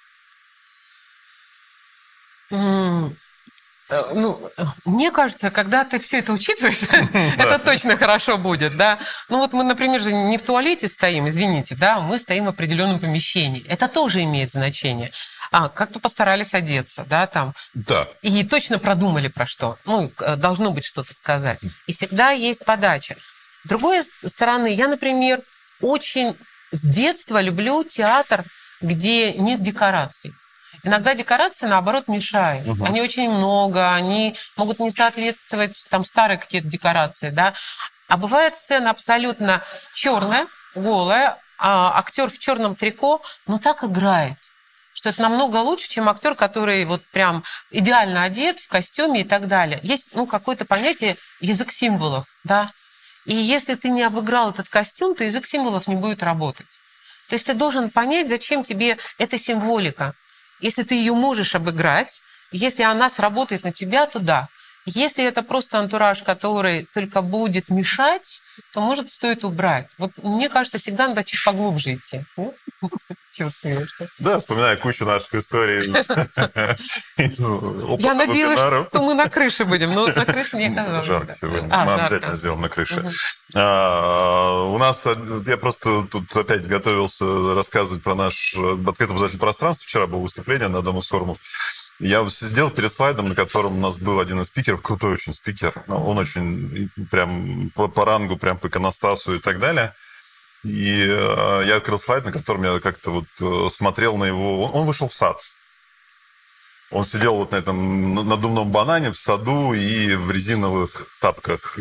мнению? Ну, мне кажется, когда ты все это учитываешь, это точно хорошо будет, да. Ну вот мы, например, же не в туалете стоим, извините, да, мы стоим в определенном помещении. Это тоже имеет значение. А, как-то постарались одеться, да, там. Да. И точно продумали про что. Ну, должно быть что-то сказать. И всегда есть подача. С другой стороны, я, например, очень с детства люблю театр, где нет декораций. Иногда декорации, наоборот, мешают. Угу. Они очень много, они могут не соответствовать там старые какие-то декорации, да. А бывает сцена абсолютно черная, голая, а актер в черном трико, но так играет, что это намного лучше, чем актер, который вот прям идеально одет в костюме и так далее. Есть, ну, какое-то понятие язык символов, да. И если ты не обыграл этот костюм, то язык символов не будет работать. То есть ты должен понять, зачем тебе эта символика. Если ты ее можешь обыграть, если она сработает на тебя, то да. Если это просто антураж, который только будет мешать, то, может, стоит убрать. Вот мне кажется, всегда надо чуть поглубже идти. Чего смеешься? Да, вспоминаю кучу наших историй. Я надеялась, что мы на крыше будем, но на крыше не оказалось. Жарко сегодня. Мы обязательно сделаем на крыше. У нас, я просто тут опять готовился рассказывать про наш открытое образовательное пространство. Вчера было выступление на одном из форумов. Я сидел перед слайдом, на котором у нас был один из спикеров, крутой очень спикер. Он очень прям по, по рангу, прям по иконостасу и так далее. И э, я открыл слайд, на котором я как-то вот смотрел на его... Он, он вышел в сад. Он сидел вот на этом надувном банане в саду и в резиновых тапках.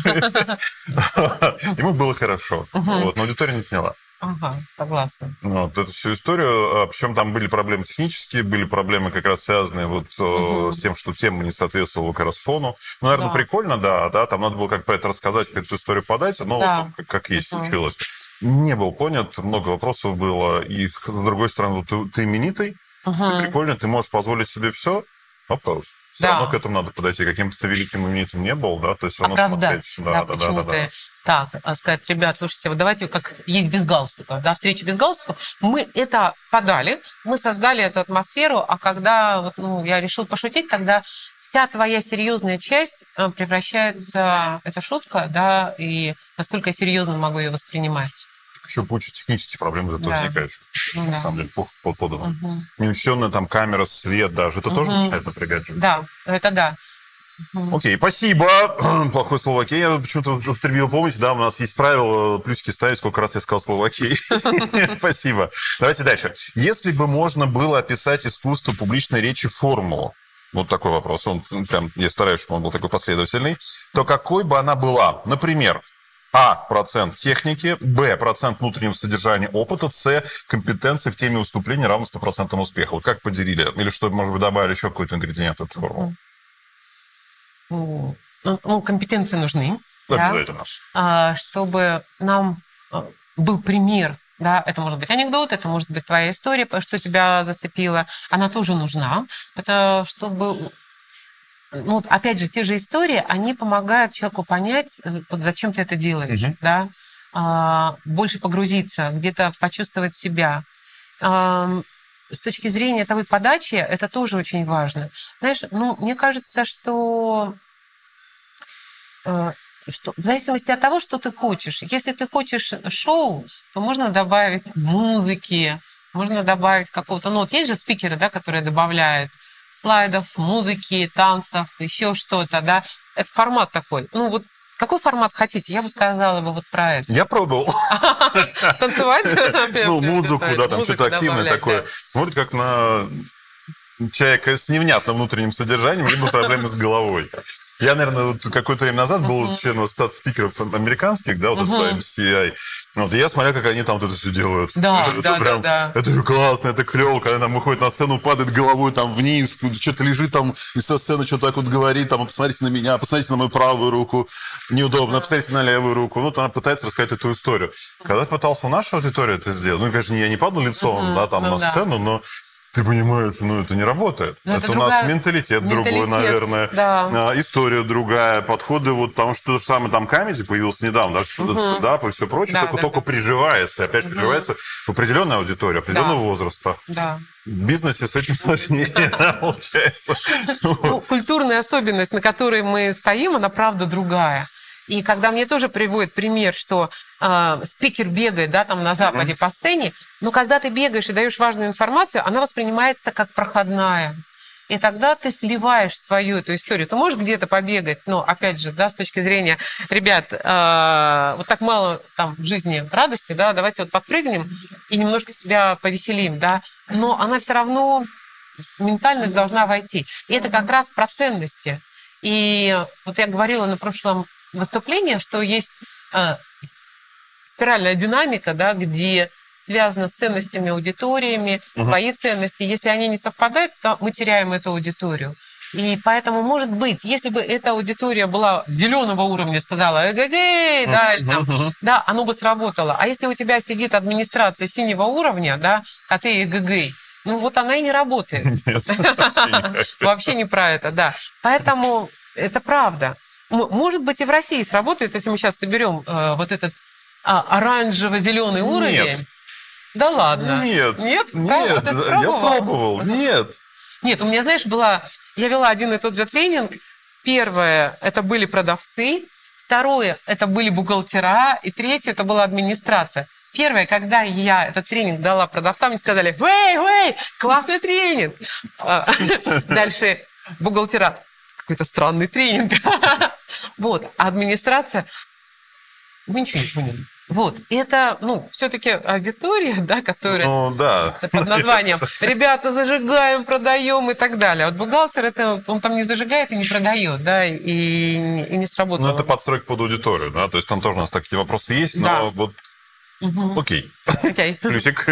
Ему было хорошо. Но аудитория не поняла. Ага, согласна. Вот эту всю историю. Причем там были проблемы технические, были проблемы как раз связанные вот угу. с тем, что тема не соответствовала как раз фону. Ну, наверное, да. прикольно, да, да, там надо было как про это рассказать, как эту историю подать, но да. вот, как, как есть угу. случилось. Не был понят, много вопросов было. И, с другой стороны, вот ты, ты именитый, угу. ты прикольный, ты можешь позволить себе все. Вопрос. Все да. равно к этому надо подойти. Каким-то ты великим именитым не был, да, то есть все равно оправдать. смотреть. Да, да, да, да, да. Так, сказать, ребят, слушайте, вот давайте, как есть без галстуков, да, встреча без галстуков, мы это подали, мы создали эту атмосферу, а когда вот, ну, я решил пошутить, тогда вся твоя серьезная часть превращается, это шутка, да, и насколько серьезно могу ее воспринимать. Еще куча технических проблем из этого да. возникает. Ну, на да. самом деле, плохо подано. Угу. Неучтенная там камера, свет даже, это угу. тоже начинает напрягать же. Да, это да. Угу. Окей, спасибо. Плохое слово «окей». Я почему-то употребил, помните, да, у нас есть правило плюсики ставить, сколько раз я сказал слово «окей». Спасибо. Давайте дальше. Если бы можно было описать искусство публичной речи формулу, вот такой вопрос, он прям, я стараюсь, чтобы он был такой последовательный, то какой бы она была? Например, А – процент техники, Б – процент внутреннего содержания опыта, С – компетенции в теме выступления равно сто процентов успеха. Вот как поделили? Или что, может быть, добавили еще какой-то ингредиент в эту формулу? Ну, ну, компетенции нужны. Обязательно. Да, чтобы нам был пример. Да, это может быть анекдот, это может быть твоя история, что тебя зацепило. Она тоже нужна, это чтобы... Ну, опять же, те же истории, они помогают человеку понять, вот зачем ты это делаешь, угу. да, а, больше погрузиться, где-то почувствовать себя. А, с точки зрения того подачи, это тоже очень важно. Знаешь, ну, мне кажется, что, что в зависимости от того, что ты хочешь. Если ты хочешь шоу, то можно добавить музыки, можно добавить какого-то... Ну, вот есть же спикеры, да, которые добавляют слайдов, музыки, танцев, еще что-то, да. Это формат такой. Ну, вот какой формат хотите? Я бы сказала бы вот про это. Я пробовал. Танцевать? Ну, музыку, да, там что-то активное такое. Смотрит как на человека с невнятным внутренним содержанием, либо проблемы с головой. Я, наверное, вот какое-то время назад был uh-huh. членом ассоциации спикеров американских, да, вот uh-huh. это эм си ай. Вот, и я смотрел, как они там вот это все делают. Да, это, да, это прям, да, да. Это классно, это клево, когда там выходит на сцену, падает головой там вниз, что-то лежит там, и со сцены что-то так вот говорит, там, посмотрите на меня, посмотрите на мою правую руку, неудобно, посмотрите на левую руку. Ну, вот она пытается рассказать эту историю. Когда пытался наша аудитория это сделать, ну, конечно, я не падал лицом, uh-huh. да, там, ну, на да. сцену, но... Ты понимаешь, ну это не работает. Но это это другая... у нас менталитет, менталитет другой, наверное. Да. А, история другая, подходы. Вот, потому что то же самое там комедий появился недавно, да, что-то угу. стендап и все прочее, да, только, да, только да. приживается. И опять же, угу. приживается в определенной аудитории, определенного да. возраста. Да. В бизнесе с этим сложнее получается. Культурная особенность, на которой мы стоим, она правда другая. И когда мне тоже приводит пример, что э, спикер бегает, да, там на Западе mm-hmm. по сцене, но когда ты бегаешь и даешь важную информацию, она воспринимается как проходная. И тогда ты сливаешь свою эту историю. Ты можешь где-то побегать, но, опять же, да, с точки зрения, ребят, э, вот так мало там в жизни радости, да, давайте вот подпрыгнем и немножко себя повеселим, да, но она все равно, ментальность должна войти. И это как раз про ценности. И вот я говорила на прошлом выступление, что есть э, спиральная динамика, да, где связано с ценностями аудиториями, угу. твои ценности. Если они не совпадают, то мы теряем эту аудиторию. И поэтому, может быть, если бы эта аудитория была зеленого уровня, сказала эгэгэй, да, или там, uh-huh. да, оно бы сработало. А если у тебя сидит администрация синего уровня, да, а ты эгэгэй, ну вот она и не работает. Вообще не про это, да. Поэтому это правда. Может быть, и в России сработает, если мы сейчас соберем э, вот этот а, оранжево-зеленый уровень. Нет. Да ладно. Нет. Нет? Нет, Правда? я пробовал. Нет. Нет, у меня, знаешь, была... Я вела один и тот же тренинг. Первое, это были продавцы. Второе, это были бухгалтера. И третье, это была администрация. Первое, когда я этот тренинг дала продавцам, мне сказали: «Эй, эй, классный тренинг!» Дальше бухгалтера: «Какой-то странный тренинг». Вот, а администрация, мы ничего не поняли. Вот, и это, ну, все-таки аудитория, да, которая ну, да. под названием «Ребята, зажигаем, продаем» и так далее. А вот бухгалтер, это, он там не зажигает и не продает, да, и, и не сработало. Ну, это подстройка под аудиторию, да, то есть там тоже у нас такие вопросы есть, но да. вот угу. окей. Окей. Плюсик.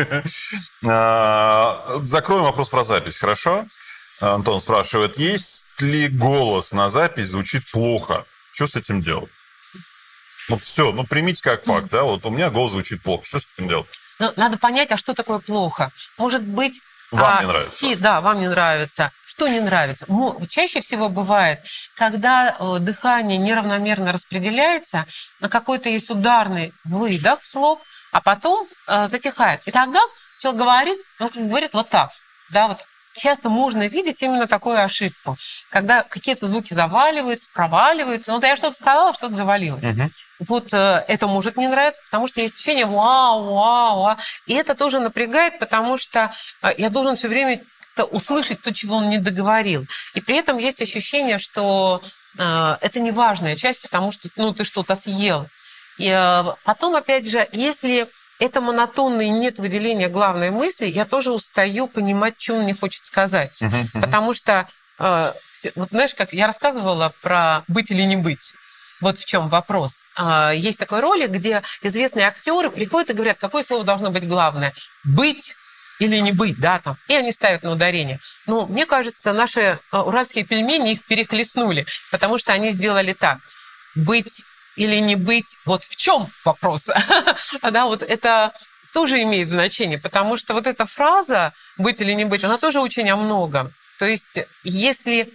Закроем вопрос про запись, хорошо? Антон спрашивает, есть ли голос на запись звучит плохо? Что с этим делать? Вот все, ну примите как факт, mm. да, вот у меня голос звучит плохо. Что с этим делать? Ну, надо понять, а что такое плохо. Может быть... Вам а, не нравится. Си, да, вам не нравится. Что не нравится? Ну, чаще всего бывает, когда э, дыхание неравномерно распределяется, на какой-то есть ударный выдох слог, а потом э, затихает. И тогда человек говорит, он говорит вот так, да, вот. Часто можно видеть именно такую ошибку, когда какие-то звуки заваливаются, проваливаются. Ну, да, я что-то сказала, что-то завалилось. Uh-huh. Вот э, это может не нравиться, потому что есть ощущение «вау, вау, вау». И это тоже напрягает, потому что э, я должен все время как-то услышать то, чего он не договорил. И при этом есть ощущение, что э, это не важная часть, потому что ну, ты что-то съел. И э, потом, опять же, если это монотонно и нет выделения главной мысли, я тоже устаю понимать, что он мне хочет сказать. Uh-huh, uh-huh. Потому что, э, вот знаешь, как я рассказывала про «быть или не быть». Вот в чем вопрос. Есть такой ролик, где известные актеры приходят и говорят, какое слово должно быть главное. Быть или не быть, да, там. И они ставят на ударение. Но мне кажется, наши уральские пельмени их перехлестнули, потому что они сделали так. Быть или не быть, вот в чем вопрос? Да, вот это тоже имеет значение, потому что вот эта фраза «быть или не быть», она тоже очень о многом. То есть если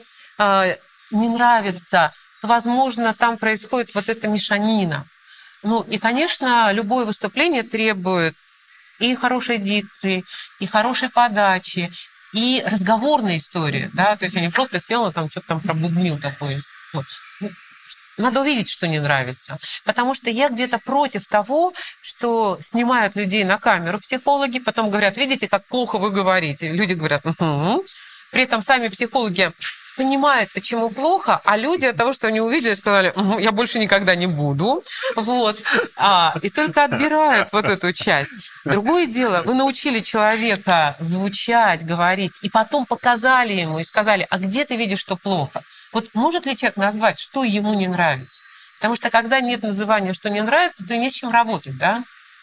не нравится... возможно, там происходит вот эта мешанина. Ну, и, конечно, любое выступление требует и хорошей дикции, и хорошей подачи, и разговорной истории, да, то есть я не просто села, там что-то там пробубнил такое. Вот. Надо увидеть, что не нравится. Потому что я где-то против того, что снимают людей на камеру психологи, потом говорят, видите, как плохо вы говорите. Люди говорят, угу. При этом сами психологи понимают, почему плохо, а люди от того, что они увидели, сказали, угу, я больше никогда не буду. Вот. А, и только отбирают вот эту часть. Другое дело, вы научили человека звучать, говорить, и потом показали ему и сказали, а где ты видишь, что плохо? Вот может ли человек назвать, что ему не нравится? Потому что когда нет называния, что не нравится, то не с чем работать, да?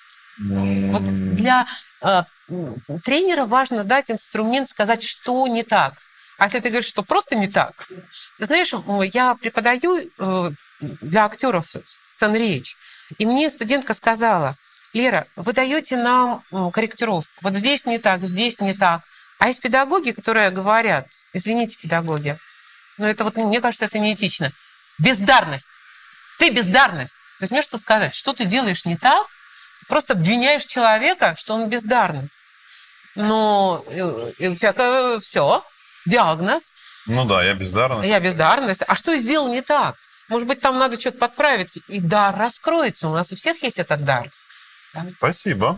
Вот для э, тренера важно дать инструмент, сказать, что не так. А если ты говоришь, что просто не так, ты знаешь, я преподаю для актеров сцен-речь, и мне студентка сказала, Лера, вы даете нам корректировку, вот здесь не так, здесь не так. А есть педагоги, которые говорят, извините, педагоги, но это вот, мне кажется, это неэтично. Бездарность. Ты бездарность. То есть мне что сказать, что ты делаешь не так, ты просто обвиняешь человека, что он бездарность. Но и у тебя все. Диагноз. Ну да, я бездарность. Я бездарность. А что я сделал не так? Может быть, там надо что-то подправить, и дар раскроется. У нас у всех есть этот дар. Да? Спасибо.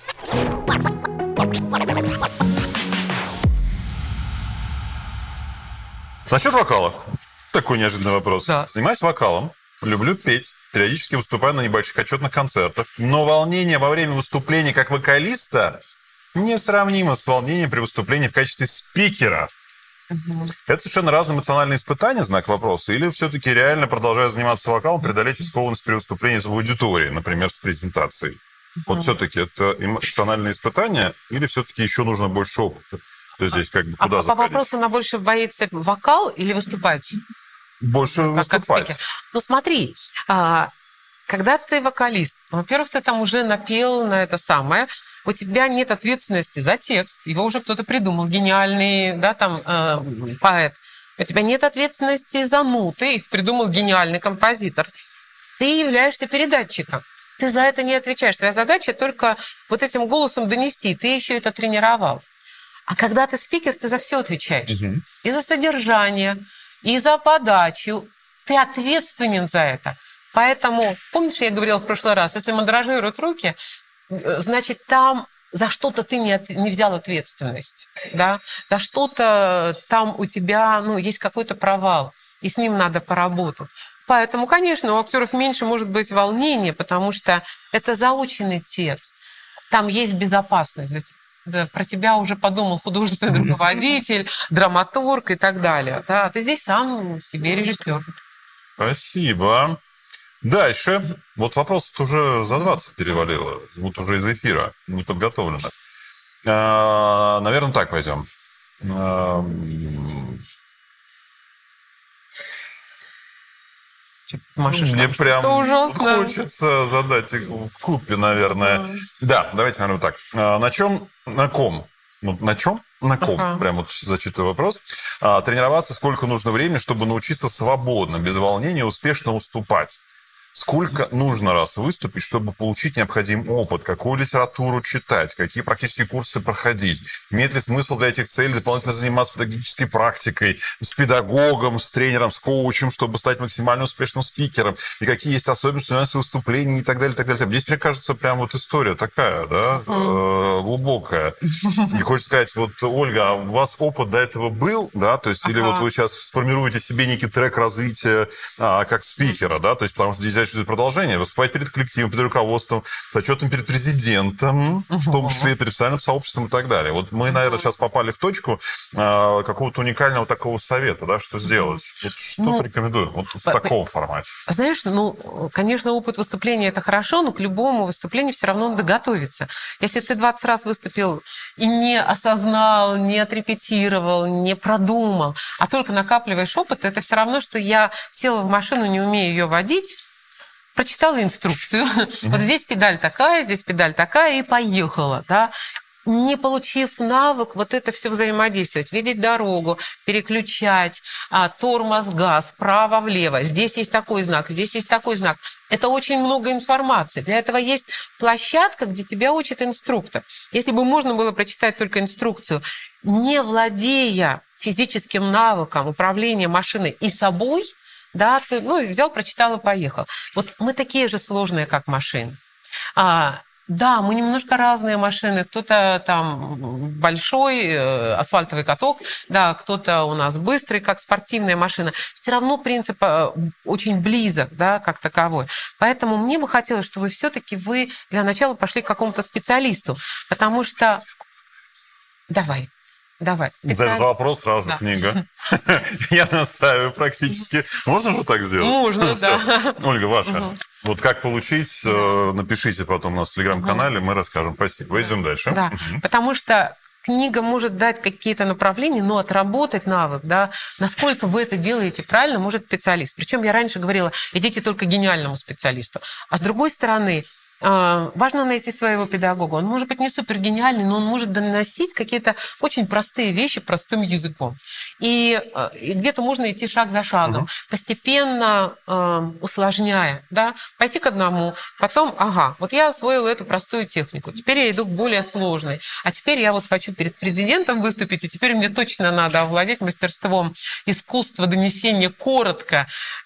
Насчет вокала. Такой неожиданный вопрос. Да. Занимаюсь вокалом, люблю петь, периодически выступаю на небольших отчетных концертах, но волнение во время выступления как вокалиста несравнимо с волнением при выступлении в качестве спикера. Угу. Это совершенно разные эмоциональные испытания, знак вопроса, или все-таки реально, продолжая заниматься вокалом, преодолеть скованность при выступлении в аудитории, например, с презентацией? Угу. Вот все-таки это эмоциональные испытания, или все-таки еще нужно больше опыта? То есть здесь как бы куда а заходить? По вопросу, она больше боится вокал или выступать? Больше как, выступать. Как ну смотри, когда ты вокалист, во-первых, ты там уже напел на это самое, у тебя нет ответственности за текст, его уже кто-то придумал, гениальный, да, там, э, поэт. У тебя нет ответственности за ноты, их придумал гениальный композитор. Ты являешься передатчиком. Ты за это не отвечаешь. Твоя задача только вот этим голосом донести. Ты еще это тренировал. А когда ты спикер, ты за все отвечаешь. Угу. И за содержание, и за подачу. Ты ответственен за это. Поэтому, помнишь, я говорила в прошлый раз, если мандражируют руки, значит, там за что-то ты не, от, не взял ответственность, да? За что-то там у тебя, ну, есть какой-то провал, и с ним надо поработать. Поэтому, конечно, у актеров меньше может быть волнения, потому что это заученный текст. Там есть безопасность. Про тебя уже подумал художественный руководитель, драматург и так далее. Да, ты здесь сам себе режиссер. Спасибо. Дальше. Вот вопрос уже за двадцать перевалило. Вот уже из эфира. Не подготовлено. А, наверное, так возьмем. А, Машешь, мне прям ужасно. хочется задать их в купе, наверное. Mm. Да, давайте, наверное, так. А, на чем, на ком? Ну, на чем? На ком? Uh-huh. Прям вот зачитываю вопрос. А, тренироваться сколько нужно времени, чтобы научиться свободно, без волнения, успешно уступать? Сколько нужно раз выступить, чтобы получить необходимый опыт? Какую литературу читать? Какие практические курсы проходить? Имеет ли смысл для этих целей дополнительно заниматься педагогической практикой, с педагогом, с тренером, с коучем, чтобы стать максимально успешным спикером? И какие есть особенности у нас выступлений и так далее, и так далее. Здесь, мне кажется, прям вот история такая, да, mm. глубокая. И хочется сказать, вот, Ольга, а у вас опыт до этого был, да? То есть, ага. или вот вы сейчас сформируете себе некий трек развития а, как спикера, да? То есть, потому что здесь идет продолжение, выступать перед коллективом, перед руководством, с отчетом перед президентом, uh-huh. в том числе перед специальным сообществом и так далее. Вот мы, наверное, uh-huh. сейчас попали в точку а, какого-то уникального такого совета, да, что сделать. Вот что ну, порекомендуем вот в по- таком формате? Знаешь, ну, конечно, опыт выступления – это хорошо, но к любому выступлению все равно надо готовиться. Если ты двадцать раз выступил и не осознал, не отрепетировал, не продумал, а только накапливаешь опыт, это все равно, что я села в машину, не умею ее водить, прочитала инструкцию. Mm-hmm. Вот здесь педаль такая, здесь педаль такая, и поехала, да. Не получив навык, вот это все взаимодействовать, видеть дорогу, переключать, а, тормоз, газ, вправо-влево. Здесь есть такой знак, здесь есть такой знак. Это очень много информации. Для этого есть площадка, где тебя учит инструктор. Если бы можно было прочитать только инструкцию, не владея физическим навыком управления машиной и собой, да, ты, ну, взял, прочитал и поехал. Вот мы такие же сложные, как машины. А, да, мы немножко разные машины. Кто-то там большой э, асфальтовый каток, да, кто-то у нас быстрый, как спортивная машина. Все равно принцип э, очень близок, да, как таковой. Поэтому мне бы хотелось, чтобы все-таки вы для начала пошли к какому-то специалисту, потому что... Давай. Давай. За этот вопрос сразу да. книга. Я настаиваю практически. Можно же так сделать? Можно, да. Ольга, ваша. Вот как получить, напишите потом у нас в Телеграм-канале, мы расскажем. Спасибо. Идем дальше. Да, потому что книга может дать какие-то направления, но отработать навык, да, насколько вы это делаете правильно, может специалист. Причем я раньше говорила, идите только к гениальному специалисту. А с другой стороны, важно найти своего педагога. Он может быть не супер гениальный, но он может доносить какие-то очень простые вещи простым языком. И, и где-то можно идти шаг за шагом, угу. постепенно э, усложняя. Да? Пойти к одному, потом, ага, вот я освоила эту простую технику, теперь я иду к более сложной. А теперь я вот хочу перед президентом выступить, и теперь мне точно надо овладеть мастерством искусства донесения коротко,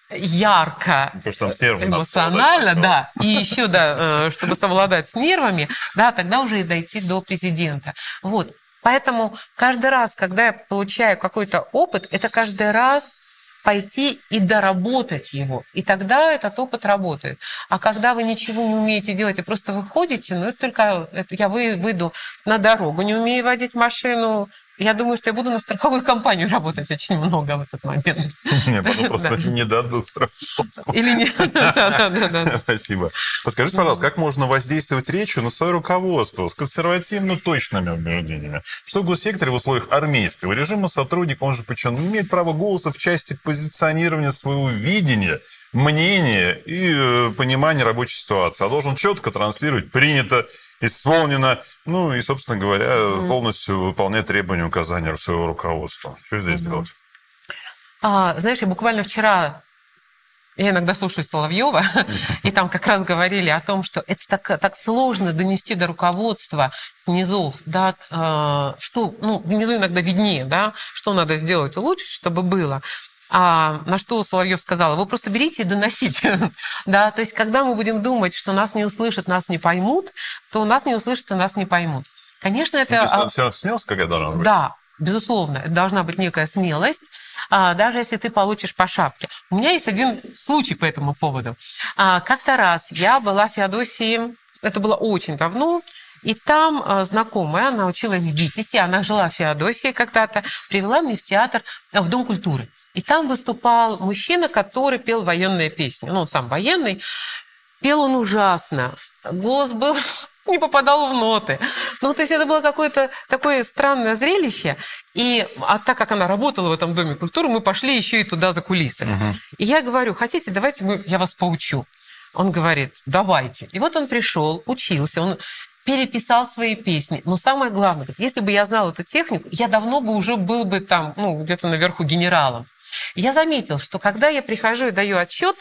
ярко, эмоционально, да, и еще, да, чтобы совладать с нервами, да, тогда уже и дойти до президента. Вот. Поэтому каждый раз, когда я получаю какой-то опыт, это каждый раз пойти и доработать его. И тогда этот опыт работает. А когда вы ничего не умеете делать и просто выходите, ну, это только это я выйду на дорогу, не умею водить машину. Я думаю, что я буду на страховую компанию работать очень много в этот момент. Нет, потом просто не дадут страховку. Или нет. Да, да, да. Спасибо. Подскажите, пожалуйста, как можно воздействовать речью на свое руководство с консервативно-точными убеждениями? Что в госсекторе в условиях армейского режима сотрудник, он же подчиненный, имеет право голоса в части позиционирования своего видения, мнения и понимания рабочей ситуации. А должен четко транслировать принято, исполнено, ну и, собственно говоря, mm. полностью выполнять требования, указания своего руководства. Что здесь mm-hmm. делать? А, знаешь, я буквально вчера, я иногда слушаю Соловьева, и там как раз говорили о том, что это так, так сложно донести до руководства снизов, да, э, что, ну, внизу иногда виднее, да, что надо сделать, улучшить, чтобы было. А на что Соловьев сказал: вы просто берите и доносите. Да, то есть, когда мы будем думать, что нас не услышат, нас не поймут, то нас не услышат и нас не поймут. Конечно, это... Ну, то есть, а... смелость какая должна быть? Да, безусловно. Это должна быть некая смелость, даже если ты получишь по шапке. У меня есть один случай по этому поводу. Как-то раз я была в Феодосии, это было очень давно, и там знакомая, она училась в ГИТИСе, она жила в Феодосии когда-то, привела меня в театр, в Дом культуры. И там выступал мужчина, который пел военные песни. Ну, он сам военный. Пел он ужасно. Голос был... не попадал в ноты. Ну, то есть это было какое-то такое странное зрелище. И а так как она работала в этом Доме культуры, мы пошли еще и туда за кулисы. Угу. И я говорю: хотите, давайте мы, я вас поучу. Он говорит: давайте. И вот он пришел, учился, он переписал свои песни. Но самое главное, если бы я знала эту технику, я давно бы уже был бы там, ну, где-то наверху генералом. Я заметил, что когда я прихожу и даю отчет,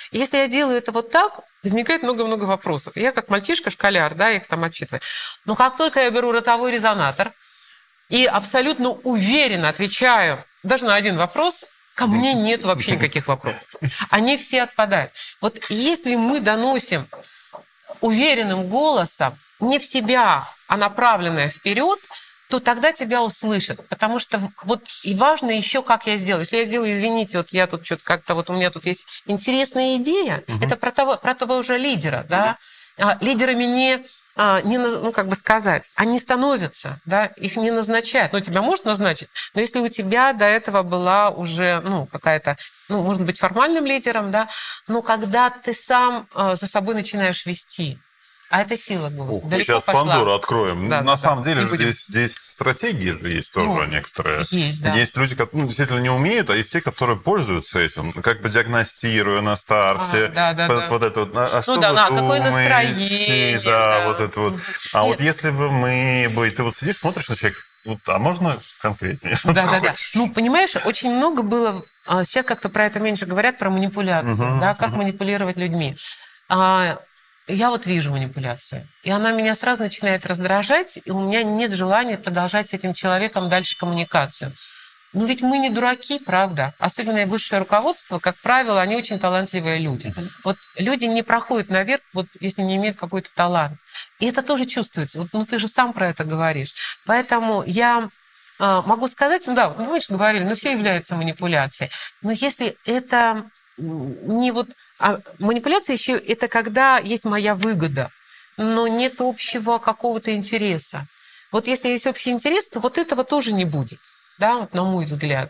Если я делаю это вот так, возникает много-много вопросов. Я как мальчишка-школяр, да, их там отчитываю. Но как только я беру ротовой резонатор и абсолютно уверенно отвечаю даже на один вопрос, ко мне нет вообще никаких вопросов. Они все отпадают. Вот если мы доносим уверенным голосом не в себя, а направленное вперед, то тогда тебя услышат. Потому что вот и важно еще, как я сделаю. Если я сделаю, извините, вот я тут что-то как-то, вот у меня тут есть интересная идея, угу. это про того, про того же лидера, да. А, лидерами не, а, не, ну, как бы сказать, они становятся, да, их не назначают. Ну, тебя может назначить, но если у тебя до этого была уже, ну, какая-то, ну, может быть, формальным лидером, да, но когда ты сам а, за собой начинаешь вести, а это сила голоса. Ух, мы сейчас пошла. Пандору откроем. Да, На да, самом да. деле здесь, здесь стратегии же есть тоже ну, некоторые. Есть, да. Есть люди, которые ну, действительно не умеют, а есть те, которые пользуются этим, как бы диагностируя на старте. А, да, да, под, да. под это вот, а ну, что да, вы да, думаете? какое настроение. Да, да. вот это вот. А Нет. вот если бы мы бы... Ты вот сидишь, смотришь на человека, вот, а можно конкретнее? Да, да, да. Ну, понимаешь, очень много было... Сейчас как-то про это меньше говорят, про манипуляцию, угу, да, как угу. манипулировать людьми. Я вот вижу манипуляцию, и она меня сразу начинает раздражать, и у меня нет желания продолжать с этим человеком дальше коммуникацию. Но ведь мы не дураки, правда? Особенно высшее руководство, как правило, они очень талантливые люди. Вот люди не проходят наверх, вот если не имеют какой-то талант. И это тоже чувствуется. Вот, ну, ты же сам про это говоришь. Поэтому я э, могу сказать, ну да, мы же говорили, ну все является манипуляцией. Но если это не вот... А манипуляция еще это когда есть моя выгода, но нет общего какого-то интереса. Вот если есть общий интерес, то вот этого тоже не будет, да, вот на мой взгляд.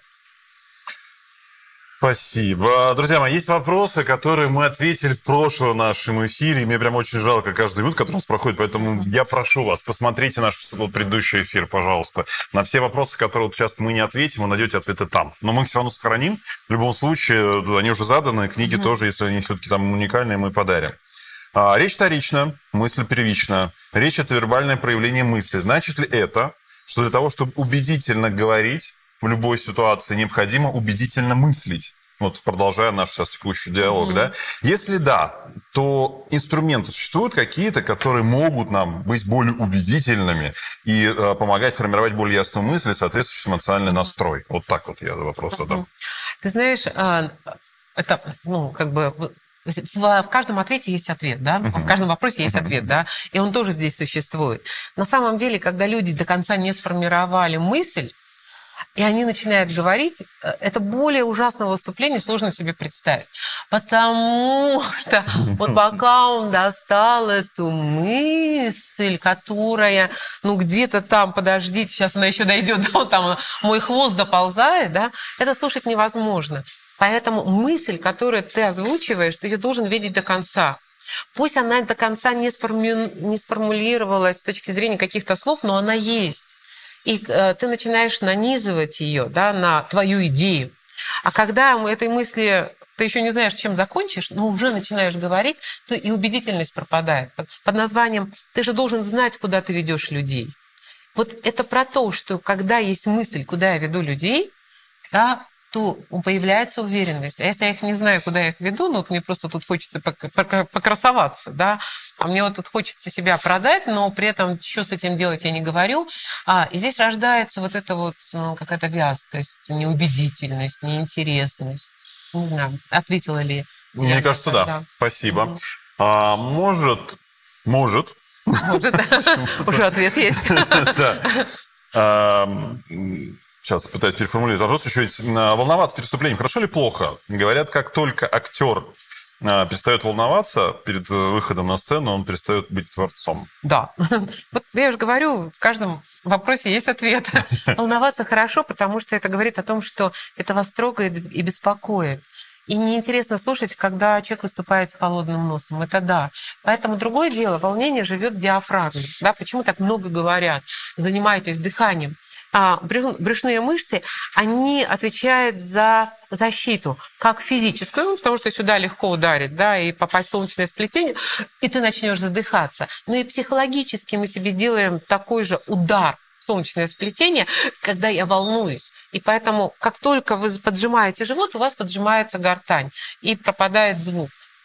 Спасибо. Друзья мои, есть вопросы, которые мы ответили в прошлом нашем эфире. Мне прям очень жалко каждый минут, который у нас проходит, поэтому я прошу вас, посмотрите наш предыдущий эфир, пожалуйста. На все вопросы, которые вот сейчас мы не ответим, вы найдете ответы там. Но мы их все равно сохраним. В любом случае, они уже заданы, книги mm-hmm. тоже, если они все-таки там уникальные, мы подарим. А, речь вторична, мысль первична. Речь – это вербальное проявление мысли. Значит ли это, что для того, чтобы убедительно говорить, в любой ситуации необходимо убедительно мыслить? Вот продолжая наш сейчас текущий диалог, mm-hmm. да? Если да, то инструменты существуют какие-то, которые могут нам быть более убедительными и э, помогать формировать более ясную мысль и соответствующий эмоциональный mm-hmm. настрой. Вот так вот я вопрос mm-hmm. задам. Ты знаешь, это, ну, как бы... В каждом ответе есть ответ, да? Uh-huh. В каждом вопросе есть uh-huh. ответ, да? И он тоже здесь существует. На самом деле, когда люди до конца не сформировали мысль, и они начинают говорить, это более ужасного выступления сложно себе представить. Потому что вот пока он достал эту мысль, которая, ну, где-то там, подождите, сейчас она еще дойдет, да, вот там мой хвост доползает, да, это слушать невозможно. Поэтому мысль, которую ты озвучиваешь, ты ее должен видеть до конца. Пусть она до конца не, сформи... не сформулировалась с точки зрения каких-то слов, но она есть. И э, ты начинаешь нанизывать ее, да, на твою идею. А когда этой мысли ты еще не знаешь, чем закончишь, но уже начинаешь говорить, то и убедительность пропадает. Под, под названием «ты же должен знать, куда ты ведешь людей». Вот это про то, что когда есть мысль, куда я веду людей, да, то появляется уверенность. А если я их не знаю, куда я их веду, ну, вот мне просто тут хочется покрасоваться, да, а мне вот тут хочется себя продать, но при этом, что с этим делать, я не говорю. А, и здесь рождается вот эта вот ну, какая-то вязкость, неубедительность, неинтересность. Не знаю, ответила ли Мне я кажется, да. да. Спасибо. Угу. А, может, может. Может, да. Уже ответ есть. Да. Сейчас пытаюсь переформулировать вопрос. Еще ведь волноваться перед выступлением хорошо или плохо? Говорят, как только актер перестает волноваться перед выходом на сцену, он перестает быть творцом. Да. Вот я уже говорю, в каждом вопросе есть ответ. Волноваться хорошо, потому что это говорит о том, что это вас трогает и беспокоит. И неинтересно слушать, когда человек выступает с холодным носом. Это да. Поэтому другое дело, волнение живет в диафрагме. Да? Почему так много говорят? Занимайтесь дыханием. А брюшные мышцы, они отвечают за защиту, как физическую, потому что сюда легко ударить, да, и попасть в солнечное сплетение, и ты начнешь задыхаться. Но и психологически мы себе делаем такой же удар в солнечное сплетение, когда я волнуюсь. И поэтому, как только вы поджимаете живот, у вас поджимается гортань, и пропадает звук.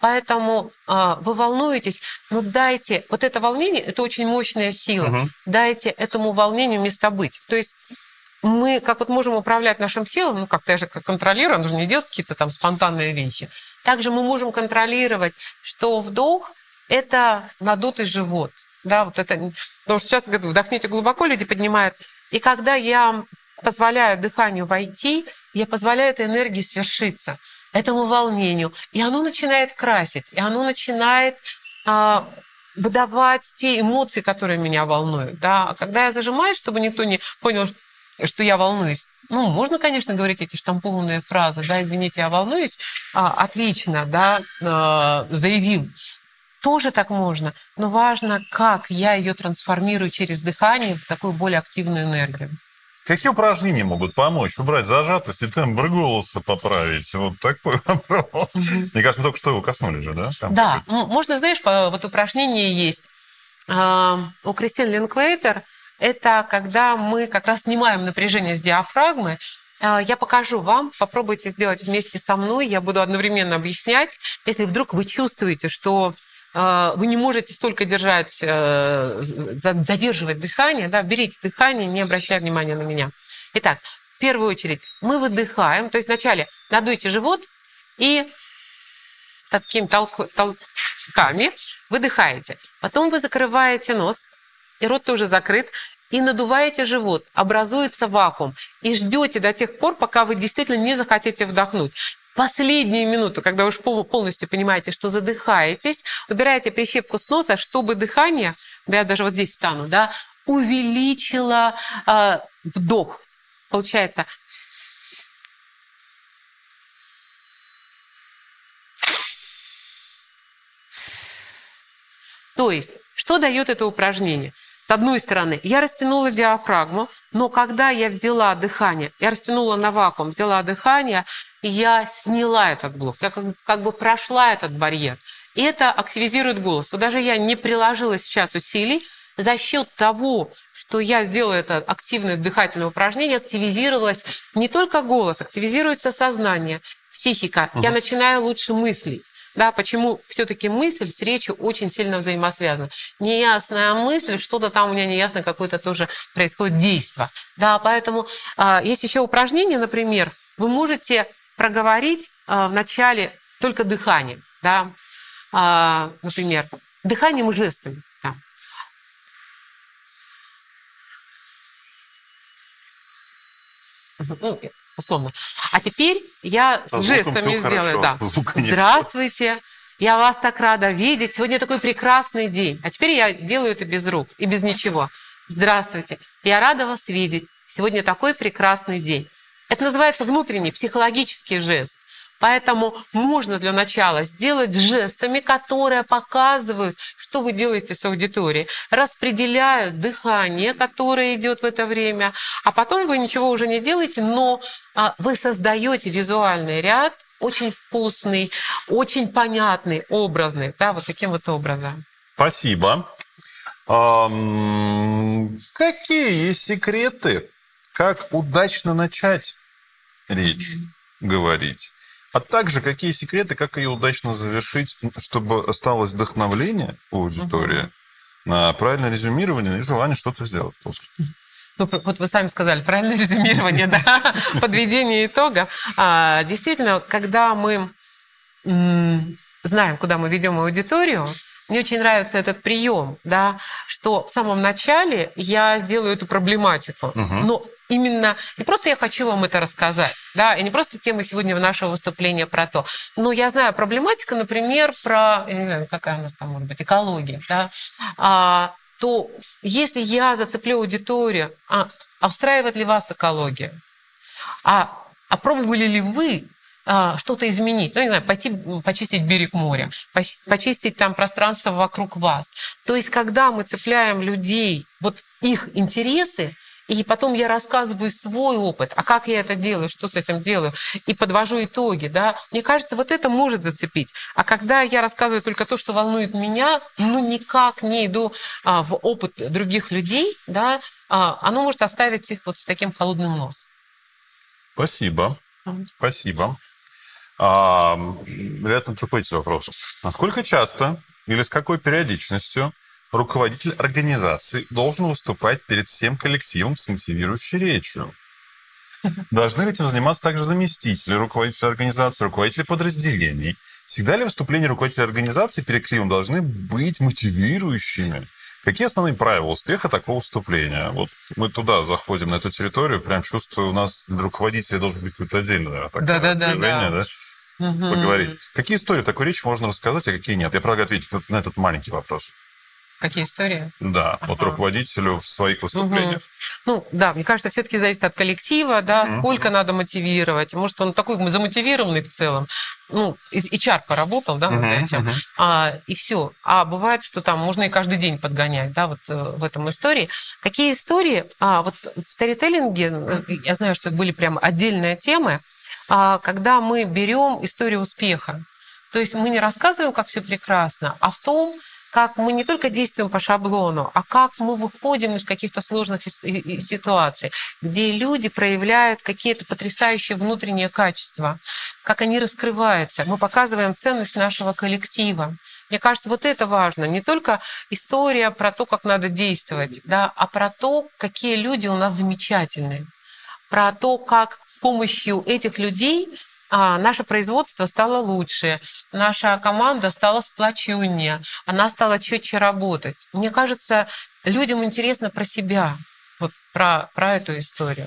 Поэтому э, вы волнуетесь, но дайте... Вот это волнение, это очень мощная сила. Угу. Дайте этому волнению место быть. То есть мы как вот можем управлять нашим телом, ну, как-то же контролируем, нужно не делать какие-то там спонтанные вещи. Также мы можем контролировать, что вдох – это надутый живот. Да, вот это... Потому что сейчас говорят, вдохните глубоко, люди поднимают. И когда я позволяю дыханию войти, я позволяю этой энергии свершиться, этому волнению. И оно начинает красить, и оно начинает а, выдавать те эмоции, которые меня волнуют. Да? А когда я зажимаюсь, чтобы никто не понял, что я волнуюсь, ну, можно, конечно, говорить эти штампованные фразы, да, извините, я волнуюсь, а, отлично, да, а, заявил. Тоже так можно, но важно, как я ее трансформирую через дыхание в такую более активную энергию. Какие упражнения могут помочь убрать зажатость и тембр голоса поправить? Вот такой вопрос. Mm-hmm. Мне кажется, мы только что его коснулись же, да? Там да, ну, можно, знаешь, вот упражнение есть. У Кристин Линклейтер это когда мы как раз снимаем напряжение с диафрагмы. Я покажу вам, попробуйте сделать вместе со мной, я буду одновременно объяснять. Если вдруг вы чувствуете, что вы не можете столько держать, задерживать дыхание, да, берите дыхание, не обращая внимания на меня. Итак, в первую очередь мы выдыхаем, то есть вначале надуйте живот и такими толчками выдыхаете. Потом вы закрываете нос, и рот тоже закрыт, и надуваете живот, образуется вакуум, и ждете до тех пор, пока вы действительно не захотите вдохнуть. Последние минуты, когда уж полностью понимаете, что задыхаетесь, убираете прищепку с носа, чтобы дыхание, да я даже вот здесь встану, да, увеличило э, вдох. Получается. То есть, что дает это упражнение? С одной стороны, я растянула диафрагму, но когда я взяла дыхание, я растянула на вакуум, взяла дыхание, я сняла этот блок, я как, как бы прошла этот барьер. И это активизирует голос. Вот даже я не приложила сейчас усилий, за счет того, что я сделала это активное дыхательное упражнение, активизировалось не только голос, активизируется сознание, психика. Угу. Я начинаю лучше мыслить. Да, почему все-таки мысль с речью очень сильно взаимосвязана. Неясная мысль, что-то там у меня неясно, какое-то тоже происходит действие. Да, поэтому э, есть еще упражнение, например, вы можете проговорить э, в начале только дыхание, да, э, например, дыханием и жестами. Да. Ну, условно. А теперь я с жестами сделаю. Да. Здравствуйте, я вас так рада видеть. Сегодня такой прекрасный день. А теперь я делаю это без рук и без ничего. Здравствуйте, я рада вас видеть. Сегодня такой прекрасный день. Это называется внутренний психологический жест. Поэтому можно для начала сделать жестами, которые показывают, что вы делаете с аудиторией, распределяют дыхание, которое идет в это время, а потом вы ничего уже не делаете, но вы создаете визуальный ряд, очень вкусный, очень понятный, образный, да, вот таким вот образом. Спасибо. Эм, какие есть секреты, как удачно начать речь говорить? А также какие секреты, как ее удачно завершить, чтобы осталось вдохновление у аудитории, uh-huh. правильное резюмирование и желание что-то сделать после. Ну, вот вы сами сказали, правильное резюмирование, да, подведение итога. Действительно, когда мы знаем, куда мы ведем аудиторию, мне очень нравится этот прием, да, что в самом начале я делаю эту проблематику, uh-huh. но именно не просто я хочу вам это рассказать, да, и не просто тема сегодня нашего выступления про то, но я знаю проблематика, например, про, я не знаю, какая у нас там может быть, экология, да, а, то если я зацеплю аудиторию, а, а устраивает ли вас экология? А, а пробовали ли вы а, что-то изменить? Ну, не знаю, пойти почистить берег моря, почистить там пространство вокруг вас. То есть, когда мы цепляем людей, вот их интересы, и потом я рассказываю свой опыт, а как я это делаю, что с этим делаю, и подвожу итоги, да, мне кажется, вот это может зацепить. А когда я рассказываю только то, что волнует меня, ну, никак не иду а, в опыт других людей, да, а, оно может оставить их вот с таким холодным носом. Спасибо. Mm-hmm. Спасибо. А, вероятно, руководитель вопрос. Насколько часто или с какой периодичностью руководитель организации должен выступать перед всем коллективом с мотивирующей речью? Должны ли этим заниматься также заместители руководителя организации, руководители подразделений? Всегда ли выступления руководителя организации перед коллективом должны быть мотивирующими? Какие основные правила успеха такого выступления? Вот мы туда заходим, на эту территорию, прям чувствую, у нас для руководителя должен быть какое-то отдельное такое Да, да, да, движение, да. да? Мгм. Поговорить. Какие истории такой речи можно рассказать, а какие нет? Я предлагаю ответить вот на этот маленький вопрос. Какие истории? Да, вот Ага. руководителю в своих выступлениях. Ну, да, мне кажется, все-таки зависит от коллектива, да, Мгм. сколько надо мотивировать. Может, он такой замотивированный в целом. Ну, из- эйч ар поработал, да, над Мгм, этим, мгм. а, и все. А бывает, что там можно и каждый день подгонять, да, вот э, в этом истории. Какие истории? А, вот в сторителлинге, э, я знаю, что были прям отдельные темы, а, когда мы берем историю успеха. То есть мы не рассказываем, как все прекрасно, а в том, как мы не только действуем по шаблону, а как мы выходим из каких-то сложных ис- и- и ситуаций, где люди проявляют какие-то потрясающие внутренние качества, как они раскрываются. Мы показываем ценность нашего коллектива. Мне кажется, вот это важно. Не только история про то, как надо действовать, да, а про то, какие люди у нас замечательные. Про то, как с помощью этих людей а, наше производство стало лучше, наша команда стала сплоченнее, она стала четче работать. Мне кажется, людям интересно про себя, вот про, про эту историю.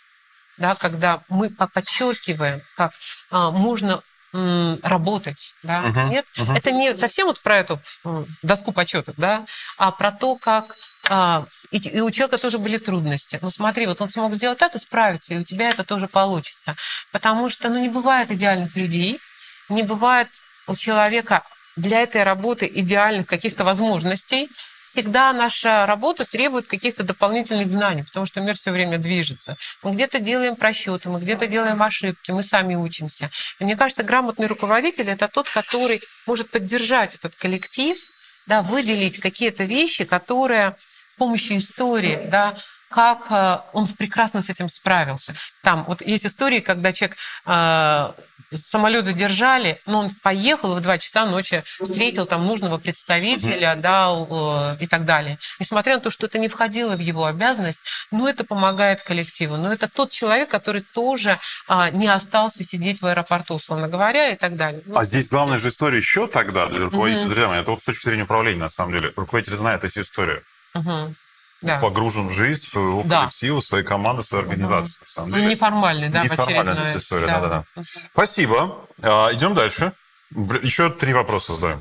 Да, когда мы по- подчеркиваем, как а, можно м, работать. Да? Мгм, Нет, мгм. это не совсем вот про эту м, доску почетов, да, а про то, как а, и, и у человека тоже были трудности. Ну смотри, вот он смог сделать так и справиться, и у тебя это тоже получится. Потому что ну, не бывает идеальных людей, не бывает у человека для этой работы идеальных каких-то возможностей. Всегда наша работа требует каких-то дополнительных знаний, потому что мир все время движется. Мы где-то делаем просчеты, мы где-то делаем ошибки, мы сами учимся. И мне кажется, грамотный руководитель – это тот, который может поддержать этот коллектив, да, выделить какие-то вещи, которые с помощью истории, да, как э, он прекрасно с этим справился. Там вот есть истории, когда человек э, самолет задержали, но он поехал и в два часа ночи встретил там нужного представителя, да, э, и так далее. Несмотря на то, что это не входило в его обязанность, но это помогает коллективу. Но это тот человек, который тоже э, не остался сидеть в аэропорту, условно говоря, и так далее. Ну, А здесь главная же история еще тогда для руководителя. Мгм. Друзья мои, это вот с точки зрения управления, на самом деле. Руководитель знает эти истории. мгм. Да. Погружен в жизнь своего Да. коллектива, своей команды, своей организации, на самом Ну, деле. неформальный, да, в Неформальная очередной. здесь история, да-да-да. Спасибо. А, идем дальше. Бр- Еще три вопроса задаем.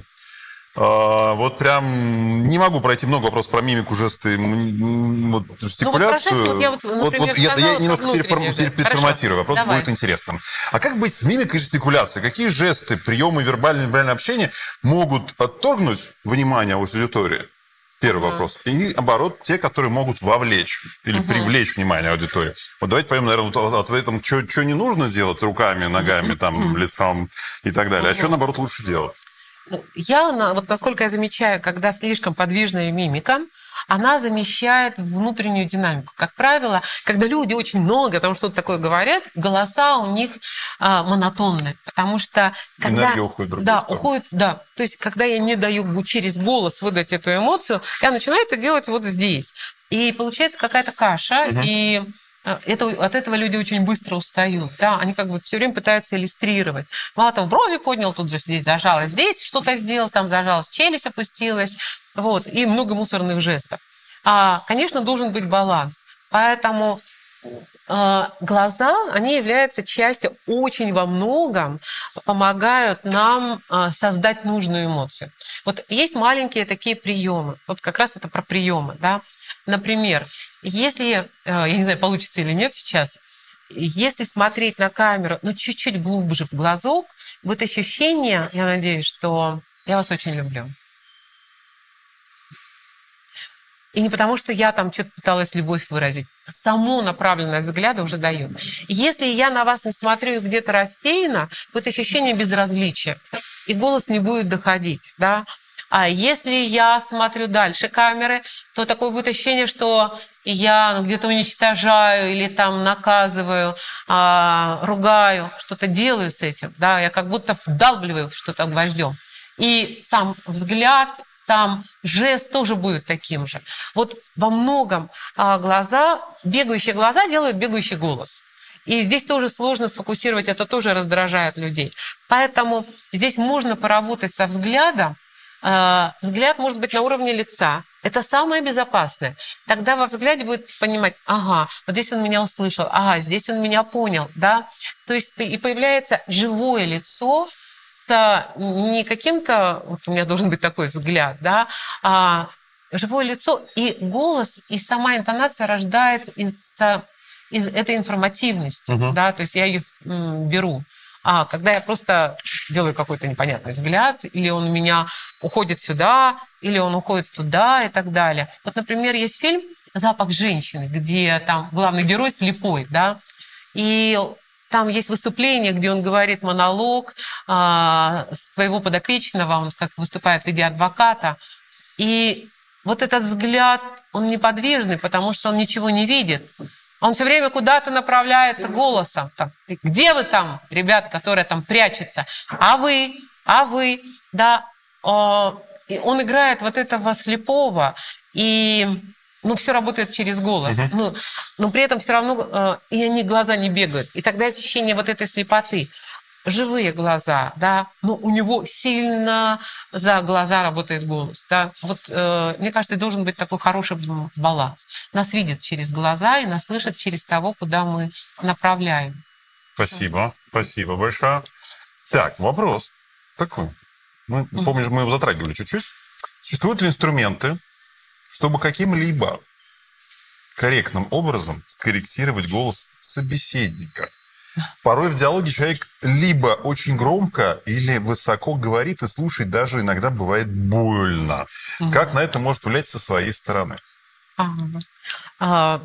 А, вот прям не могу пройти много вопросов про мимику, жесты, м, м, вот, жестикуляцию. жесты, вот я вот, например, я, сказала я про немножко внутренние переформ- жесты. пере- переформатирую, вопрос Давай. будет интересным. А как быть с мимикой и жестикуляцией? Какие жесты, приемы вербальное и невербальное общение могут отторгнуть внимание аудитории? Первый вопрос. И, наоборот, те, которые могут вовлечь или привлечь внимание аудитории. Вот давайте поймем, наверное, вот, вот в этом, что не нужно делать руками, ногами, там, лицом и так далее, а что, наоборот, лучше делать. Ну, Я, на- вот насколько я замечаю, когда слишком подвижная мимика, она замещает внутреннюю динамику. Как правило, когда люди очень много там что-то такое говорят, голоса у них а, монотонные. Потому что когда... Энергия уходит в другую Да, сторону. уходит, да. То есть, когда я не даю гу- через голос выдать эту эмоцию, я начинаю это делать вот здесь. И получается какая-то каша, и э, это, от этого люди очень быстро устают. Да? Они как бы все время пытаются иллюстрировать. Мало того, брови поднял, тут же здесь зажалась, здесь что-то сделал, там зажалась, челюсть опустилась. Вот, и много мусорных жестов. А, конечно, должен быть баланс. Поэтому э, глаза, они являются частью, очень во многом помогают нам э, создать нужную эмоцию. Вот есть маленькие такие приемы. Вот как раз это про приемы. Да? Например, если, э, я не знаю, получится или нет сейчас, если смотреть на камеру, ну, чуть-чуть глубже в глазок, будет ощущение, я надеюсь, что я вас очень люблю. И не потому, что я там что-то пыталась любовь выразить. Само направленность взгляда уже дает. Если я на вас не смотрю и где-то рассеяна, будет ощущение безразличия. И голос не будет доходить. Да? А если я смотрю дальше камеры, то такое будет ощущение, что и я ну, где-то уничтожаю или там наказываю, а, ругаю, что-то делаю с этим, да, я как будто вдалбливаю что-то гвоздем. И сам взгляд, сам жест тоже будет таким же. Вот во многом а, глаза, бегающие глаза делают бегающий голос. И здесь тоже сложно сфокусировать, это тоже раздражает людей. Поэтому здесь можно поработать со взглядом. Взгляд может быть на уровне лица. Это самое безопасное. Тогда во взгляде будет понимать, ага, вот здесь он меня услышал, ага, здесь он меня понял, да. То есть и появляется живое лицо с не каким-то, вот у меня должен быть такой взгляд, да, а живое лицо и голос, и сама интонация рождает из, из этой информативности, uh-huh. да, то есть я ее м, беру. А когда я просто делаю какой-то непонятный взгляд, или он у меня уходит сюда, или он уходит туда и так далее. Вот, например, есть фильм «Запах женщины», где там главный герой слепой, да, и там есть выступление, где он говорит монолог а, своего подопечного, он как выступает в виде адвоката, и вот этот взгляд, он неподвижный, потому что он ничего не видит. Он все время куда-то направляется голосом. Там, где вы там, ребята, которые там прячутся? А вы? А вы? Да. И он играет вот этого слепого, и ну, все работает через голос. Uh-huh. Ну, но при этом все равно и они глаза не бегают. И тогда ощущение вот этой слепоты. Живые глаза, да, но у него сильно за глаза работает голос, да. Вот э, мне кажется, должен быть такой хороший баланс. Нас видят через глаза и нас слышат через того, куда мы направляем. Спасибо, mm-hmm. спасибо большое. Так, вопрос такой. Мы, mm-hmm. помнишь, мы его затрагивали чуть-чуть. Существуют ли инструменты, чтобы каким-либо корректным образом скорректировать голос собеседника? Порой в диалоге человек либо очень громко или высоко говорит, и слушать даже иногда бывает больно. Mm-hmm. Как на это может повлиять со своей стороны? Я,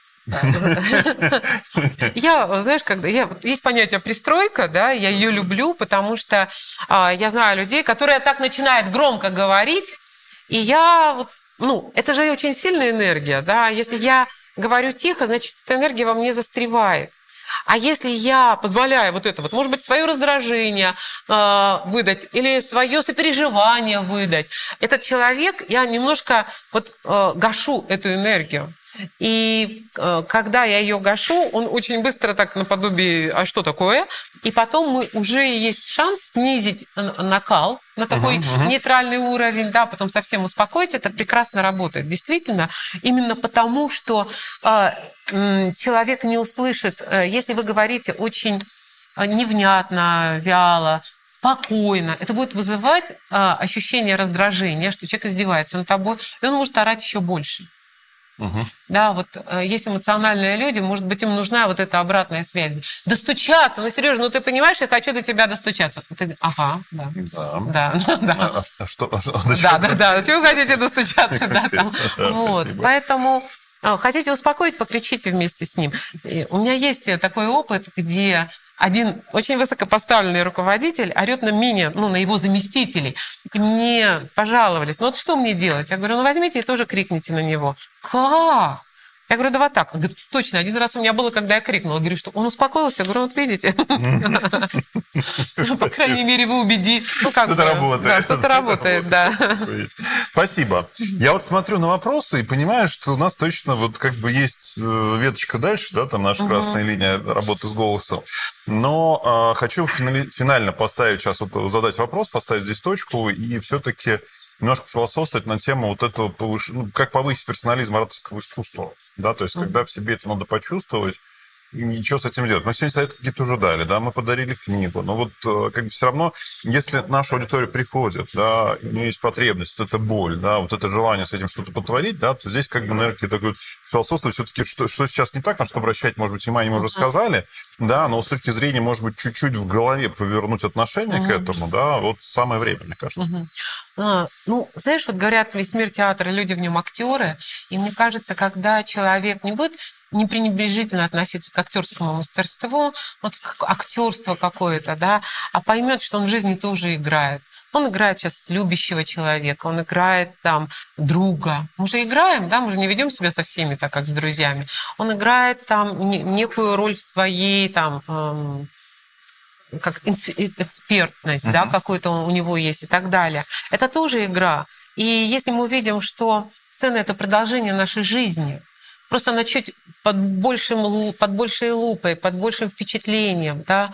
знаешь, когда я, есть понятие пристройка, да, я ее люблю, потому что я знаю людей, которые так начинают громко говорить, и я, ну, это же очень сильная энергия, да, если я говорю тихо, значит, эта энергия во мне застревает. А если я позволяю вот это вот, может быть, свое раздражение э, выдать или свое сопереживание выдать, этот человек, я немножко вот э, гашу эту энергию. И э, когда я ее гашу, он очень быстро так наподобие, а что такое? И потом мы, уже есть шанс снизить накал на такой uh-huh, uh-huh. нейтральный уровень, да, потом совсем успокоить. Это прекрасно работает. Действительно, именно потому, что э, э, человек не услышит, э, если вы говорите очень невнятно, вяло, спокойно, это будет вызывать э, ощущение раздражения, что человек издевается над тобой, и он может орать еще больше. Угу. Да, вот э, есть эмоциональные люди, может быть, им нужна вот эта обратная связь. Достучаться, ну, Сережа, ну ты понимаешь, я хочу до тебя достучаться. Ты, ага, да. Да. Да, да. А что? Да, да, да. Чего вы хотите достучаться? Да, там. Вот. Поэтому хотите успокоить, покричите вместе с ним. И у меня есть такой опыт, где один очень высокопоставленный руководитель орет на меня, ну, на его заместителей. Мне пожаловались. Ну, вот что мне делать? Я говорю, ну, возьмите и тоже крикните на него. Как? Я говорю, да вот так. Он говорит, точно, один раз у меня было, когда я крикнула. Я говорю, что он успокоился? Я говорю, вот видите. По крайней мере, вы убедили. Что-то работает. Да, что-то работает, да. Спасибо. Я вот смотрю на вопросы и понимаю, что у нас точно вот как бы есть веточка дальше, да, там наша красная линия работы с голосом. Но хочу финально поставить сейчас, вот задать вопрос, поставить здесь точку и все-таки немножко философствовать на тему вот этого, повыш... ну, как повысить персонализм ораторского искусства. Да? То есть, когда в себе это надо почувствовать, и что с этим делать. Мы сегодня советы какие-то уже дали, да, мы подарили книгу. Но вот как бы все равно, если наша аудитория приходит, да, у нее есть потребность, вот это боль, да, вот это желание с этим что-то потворить, да, то здесь как бы, наверное, такое философство все-таки, что, что сейчас не так, на что обращать, может быть, внимание мы уже сказали, да, но с точки зрения, может быть, чуть-чуть в голове повернуть отношение mm-hmm. к этому, да, вот самое время, мне кажется. Mm-hmm. А, ну, знаешь, вот говорят, весь мир театра, люди в нем актеры, и мне кажется, когда человек не будет не пренебрежительно относиться к актерскому мастерству, вот как актерство какое-то, да, а поймет, что он в жизни тоже играет. Он играет сейчас любящего человека, он играет там друга. Мы же играем, да, мы же не ведем себя со всеми так, как с друзьями. Он играет там некую роль в своей там... Эм, как экспертность, uh-huh. да, какой-то у него есть и так далее. Это тоже игра. И если мы увидим, что сцена – это продолжение нашей жизни, просто она чуть под, большим, под большей лупой, под большим впечатлением, да,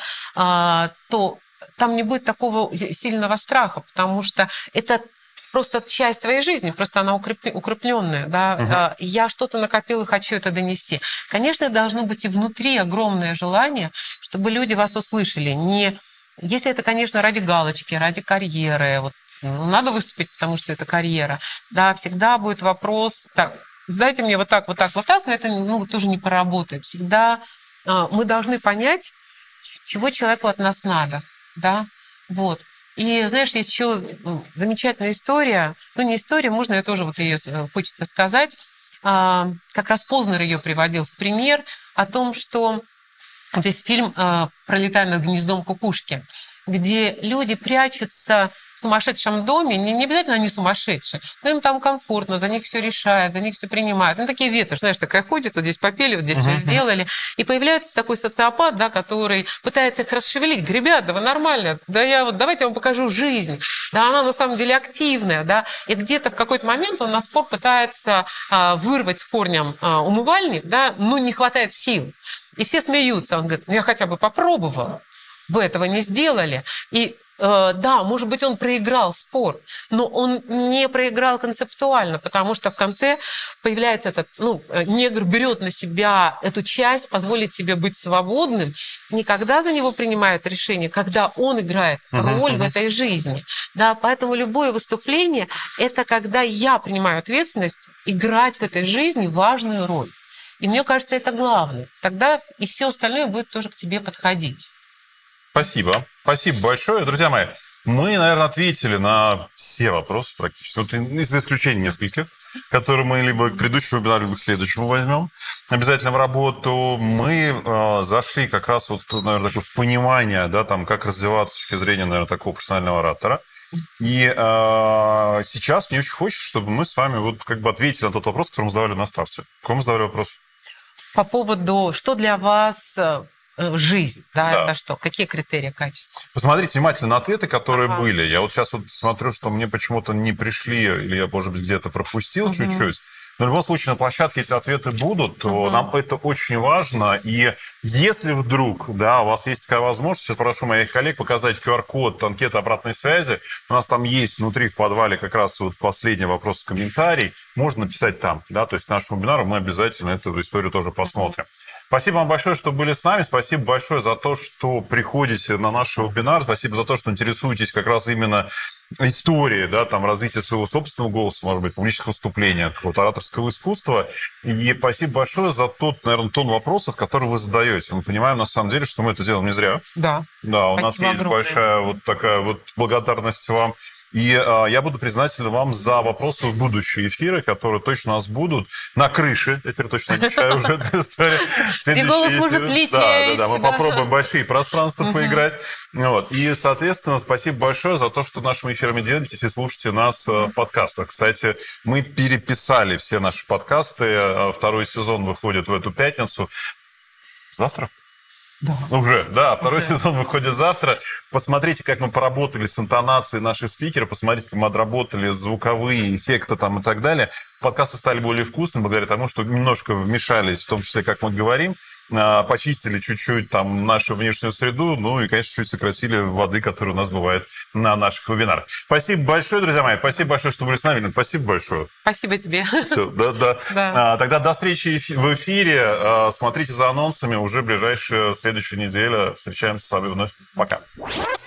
а, то там не будет такого сильного страха, потому что это просто часть твоей жизни, просто она укрепленная. Да? Uh-huh. Я что-то накопила и хочу это донести. Конечно, должно быть и внутри огромное желание, чтобы люди вас услышали. Не, если это, конечно, ради галочки, ради карьеры, вот, ну, надо выступить, потому что это карьера, да, всегда будет вопрос, так, сдайте мне вот так, вот так, вот так, и это ну, тоже не поработает. Всегда а, мы должны понять, чего человеку от нас надо. Да? Вот. И, знаешь, есть еще замечательная история, ну, не история, можно я тоже вот ее хочется сказать, а, как раз Познер ее приводил в пример о том, что здесь фильм «Пролетая над гнездом кукушки», где люди прячутся в сумасшедшем доме, не, не обязательно они сумасшедшие, но им там комфортно, за них все решают, за них все принимают. Ну, такие ветры, знаешь, такая ходит, вот здесь попели, вот здесь uh-huh. все сделали. И появляется такой социопат, да, который пытается их расшевелить. Ребят, да вы нормально, да я вот, давайте я вам покажу жизнь. Да, она на самом деле активная, да. И где-то в какой-то момент он на спор пытается а, вырвать с корнем а, умывальник, да, но не хватает сил. И все смеются. Он говорит, ну я хотя бы попробовал. Вы этого не сделали. И э, да, может быть, он проиграл спор, но он не проиграл концептуально, потому что в конце появляется этот, ну, негр берет на себя эту часть, позволит себе быть свободным, не когда за него принимают решение, когда он играет роль uh-huh, uh-huh. в этой жизни. Да, поэтому любое выступление – это когда я принимаю ответственность играть в этой жизни важную роль. И мне кажется, это главное. Тогда и все остальное будет тоже к тебе подходить. Спасибо. Спасибо большое. Друзья мои, мы, наверное, ответили на все вопросы практически. Вот за исключением нескольких, которые мы либо к предыдущему вебинару, либо к следующему возьмем обязательно в работу. Мы э, зашли как раз вот, наверное, такое в понимание, да, там, как развиваться с точки зрения, наверное, такого профессионального оратора. И э, сейчас мне очень хочется, чтобы мы с вами вот как бы ответили на тот вопрос, который мы задавали на старте. Какой мы задавали вопрос? По поводу, что для вас... жизнь, да, да, это что? Какие критерии качества? Посмотрите внимательно на ответы, которые ага. были. Я вот сейчас вот смотрю, что мне почему-то не пришли, или я, может быть, где-то пропустил угу. чуть-чуть. Но в любом случае на площадке эти ответы будут, то угу. нам это очень важно. И если вдруг, да, у вас есть такая возможность, сейчас прошу моих коллег показать ку ар код анкеты обратной связи. У нас там есть внутри в подвале как раз вот последний вопрос, комментарий. Можно написать там, да, то есть к нашему вебинару мы обязательно эту историю тоже посмотрим. Спасибо вам большое, что были с нами. Спасибо большое за то, что приходите на наш вебинар. Спасибо за то, что интересуетесь как раз именно историей, да, там, развития своего собственного голоса, может быть, публичных выступлений, какого-то ораторского искусства. И спасибо большое за тот, наверное, тон вопросов, которые вы задаете. Мы понимаем, на самом деле, что мы это делаем не зря. Да. Да, у спасибо нас есть огромное. Большая вот такая вот благодарность вам. И э, я буду признателен вам за вопросы в будущие эфиры, которые точно у нас будут на крыше. Я теперь точно обещаю уже эту историю. Где голос может лететь. Да, да, да. Мы попробуем большие пространства поиграть. Вот. И, соответственно, спасибо большое за то, что нашими эфирами делитесь и слушаете нас в подкастах. Кстати, мы переписали все наши подкасты. Второй сезон выходит в эту пятницу. Завтра? Да. Уже, да. Второй Уже. сезон выходит завтра. Посмотрите, как мы поработали с интонацией наших спикеров, посмотрите, как мы отработали звуковые эффекты там и так далее. Подкасты стали более вкусными благодаря тому, что немножко вмешались, в том числе, как мы говорим, почистили чуть-чуть там нашу внешнюю среду, ну и, конечно, чуть сократили воды, которые у нас бывает на наших вебинарах. Спасибо большое, друзья мои. Спасибо большое, что были с нами. Спасибо большое. Спасибо тебе. Все, да, да. да. А, тогда до встречи в эфире. А, смотрите за анонсами. Уже ближайшая следующая неделя. Встречаемся с вами вновь. Пока.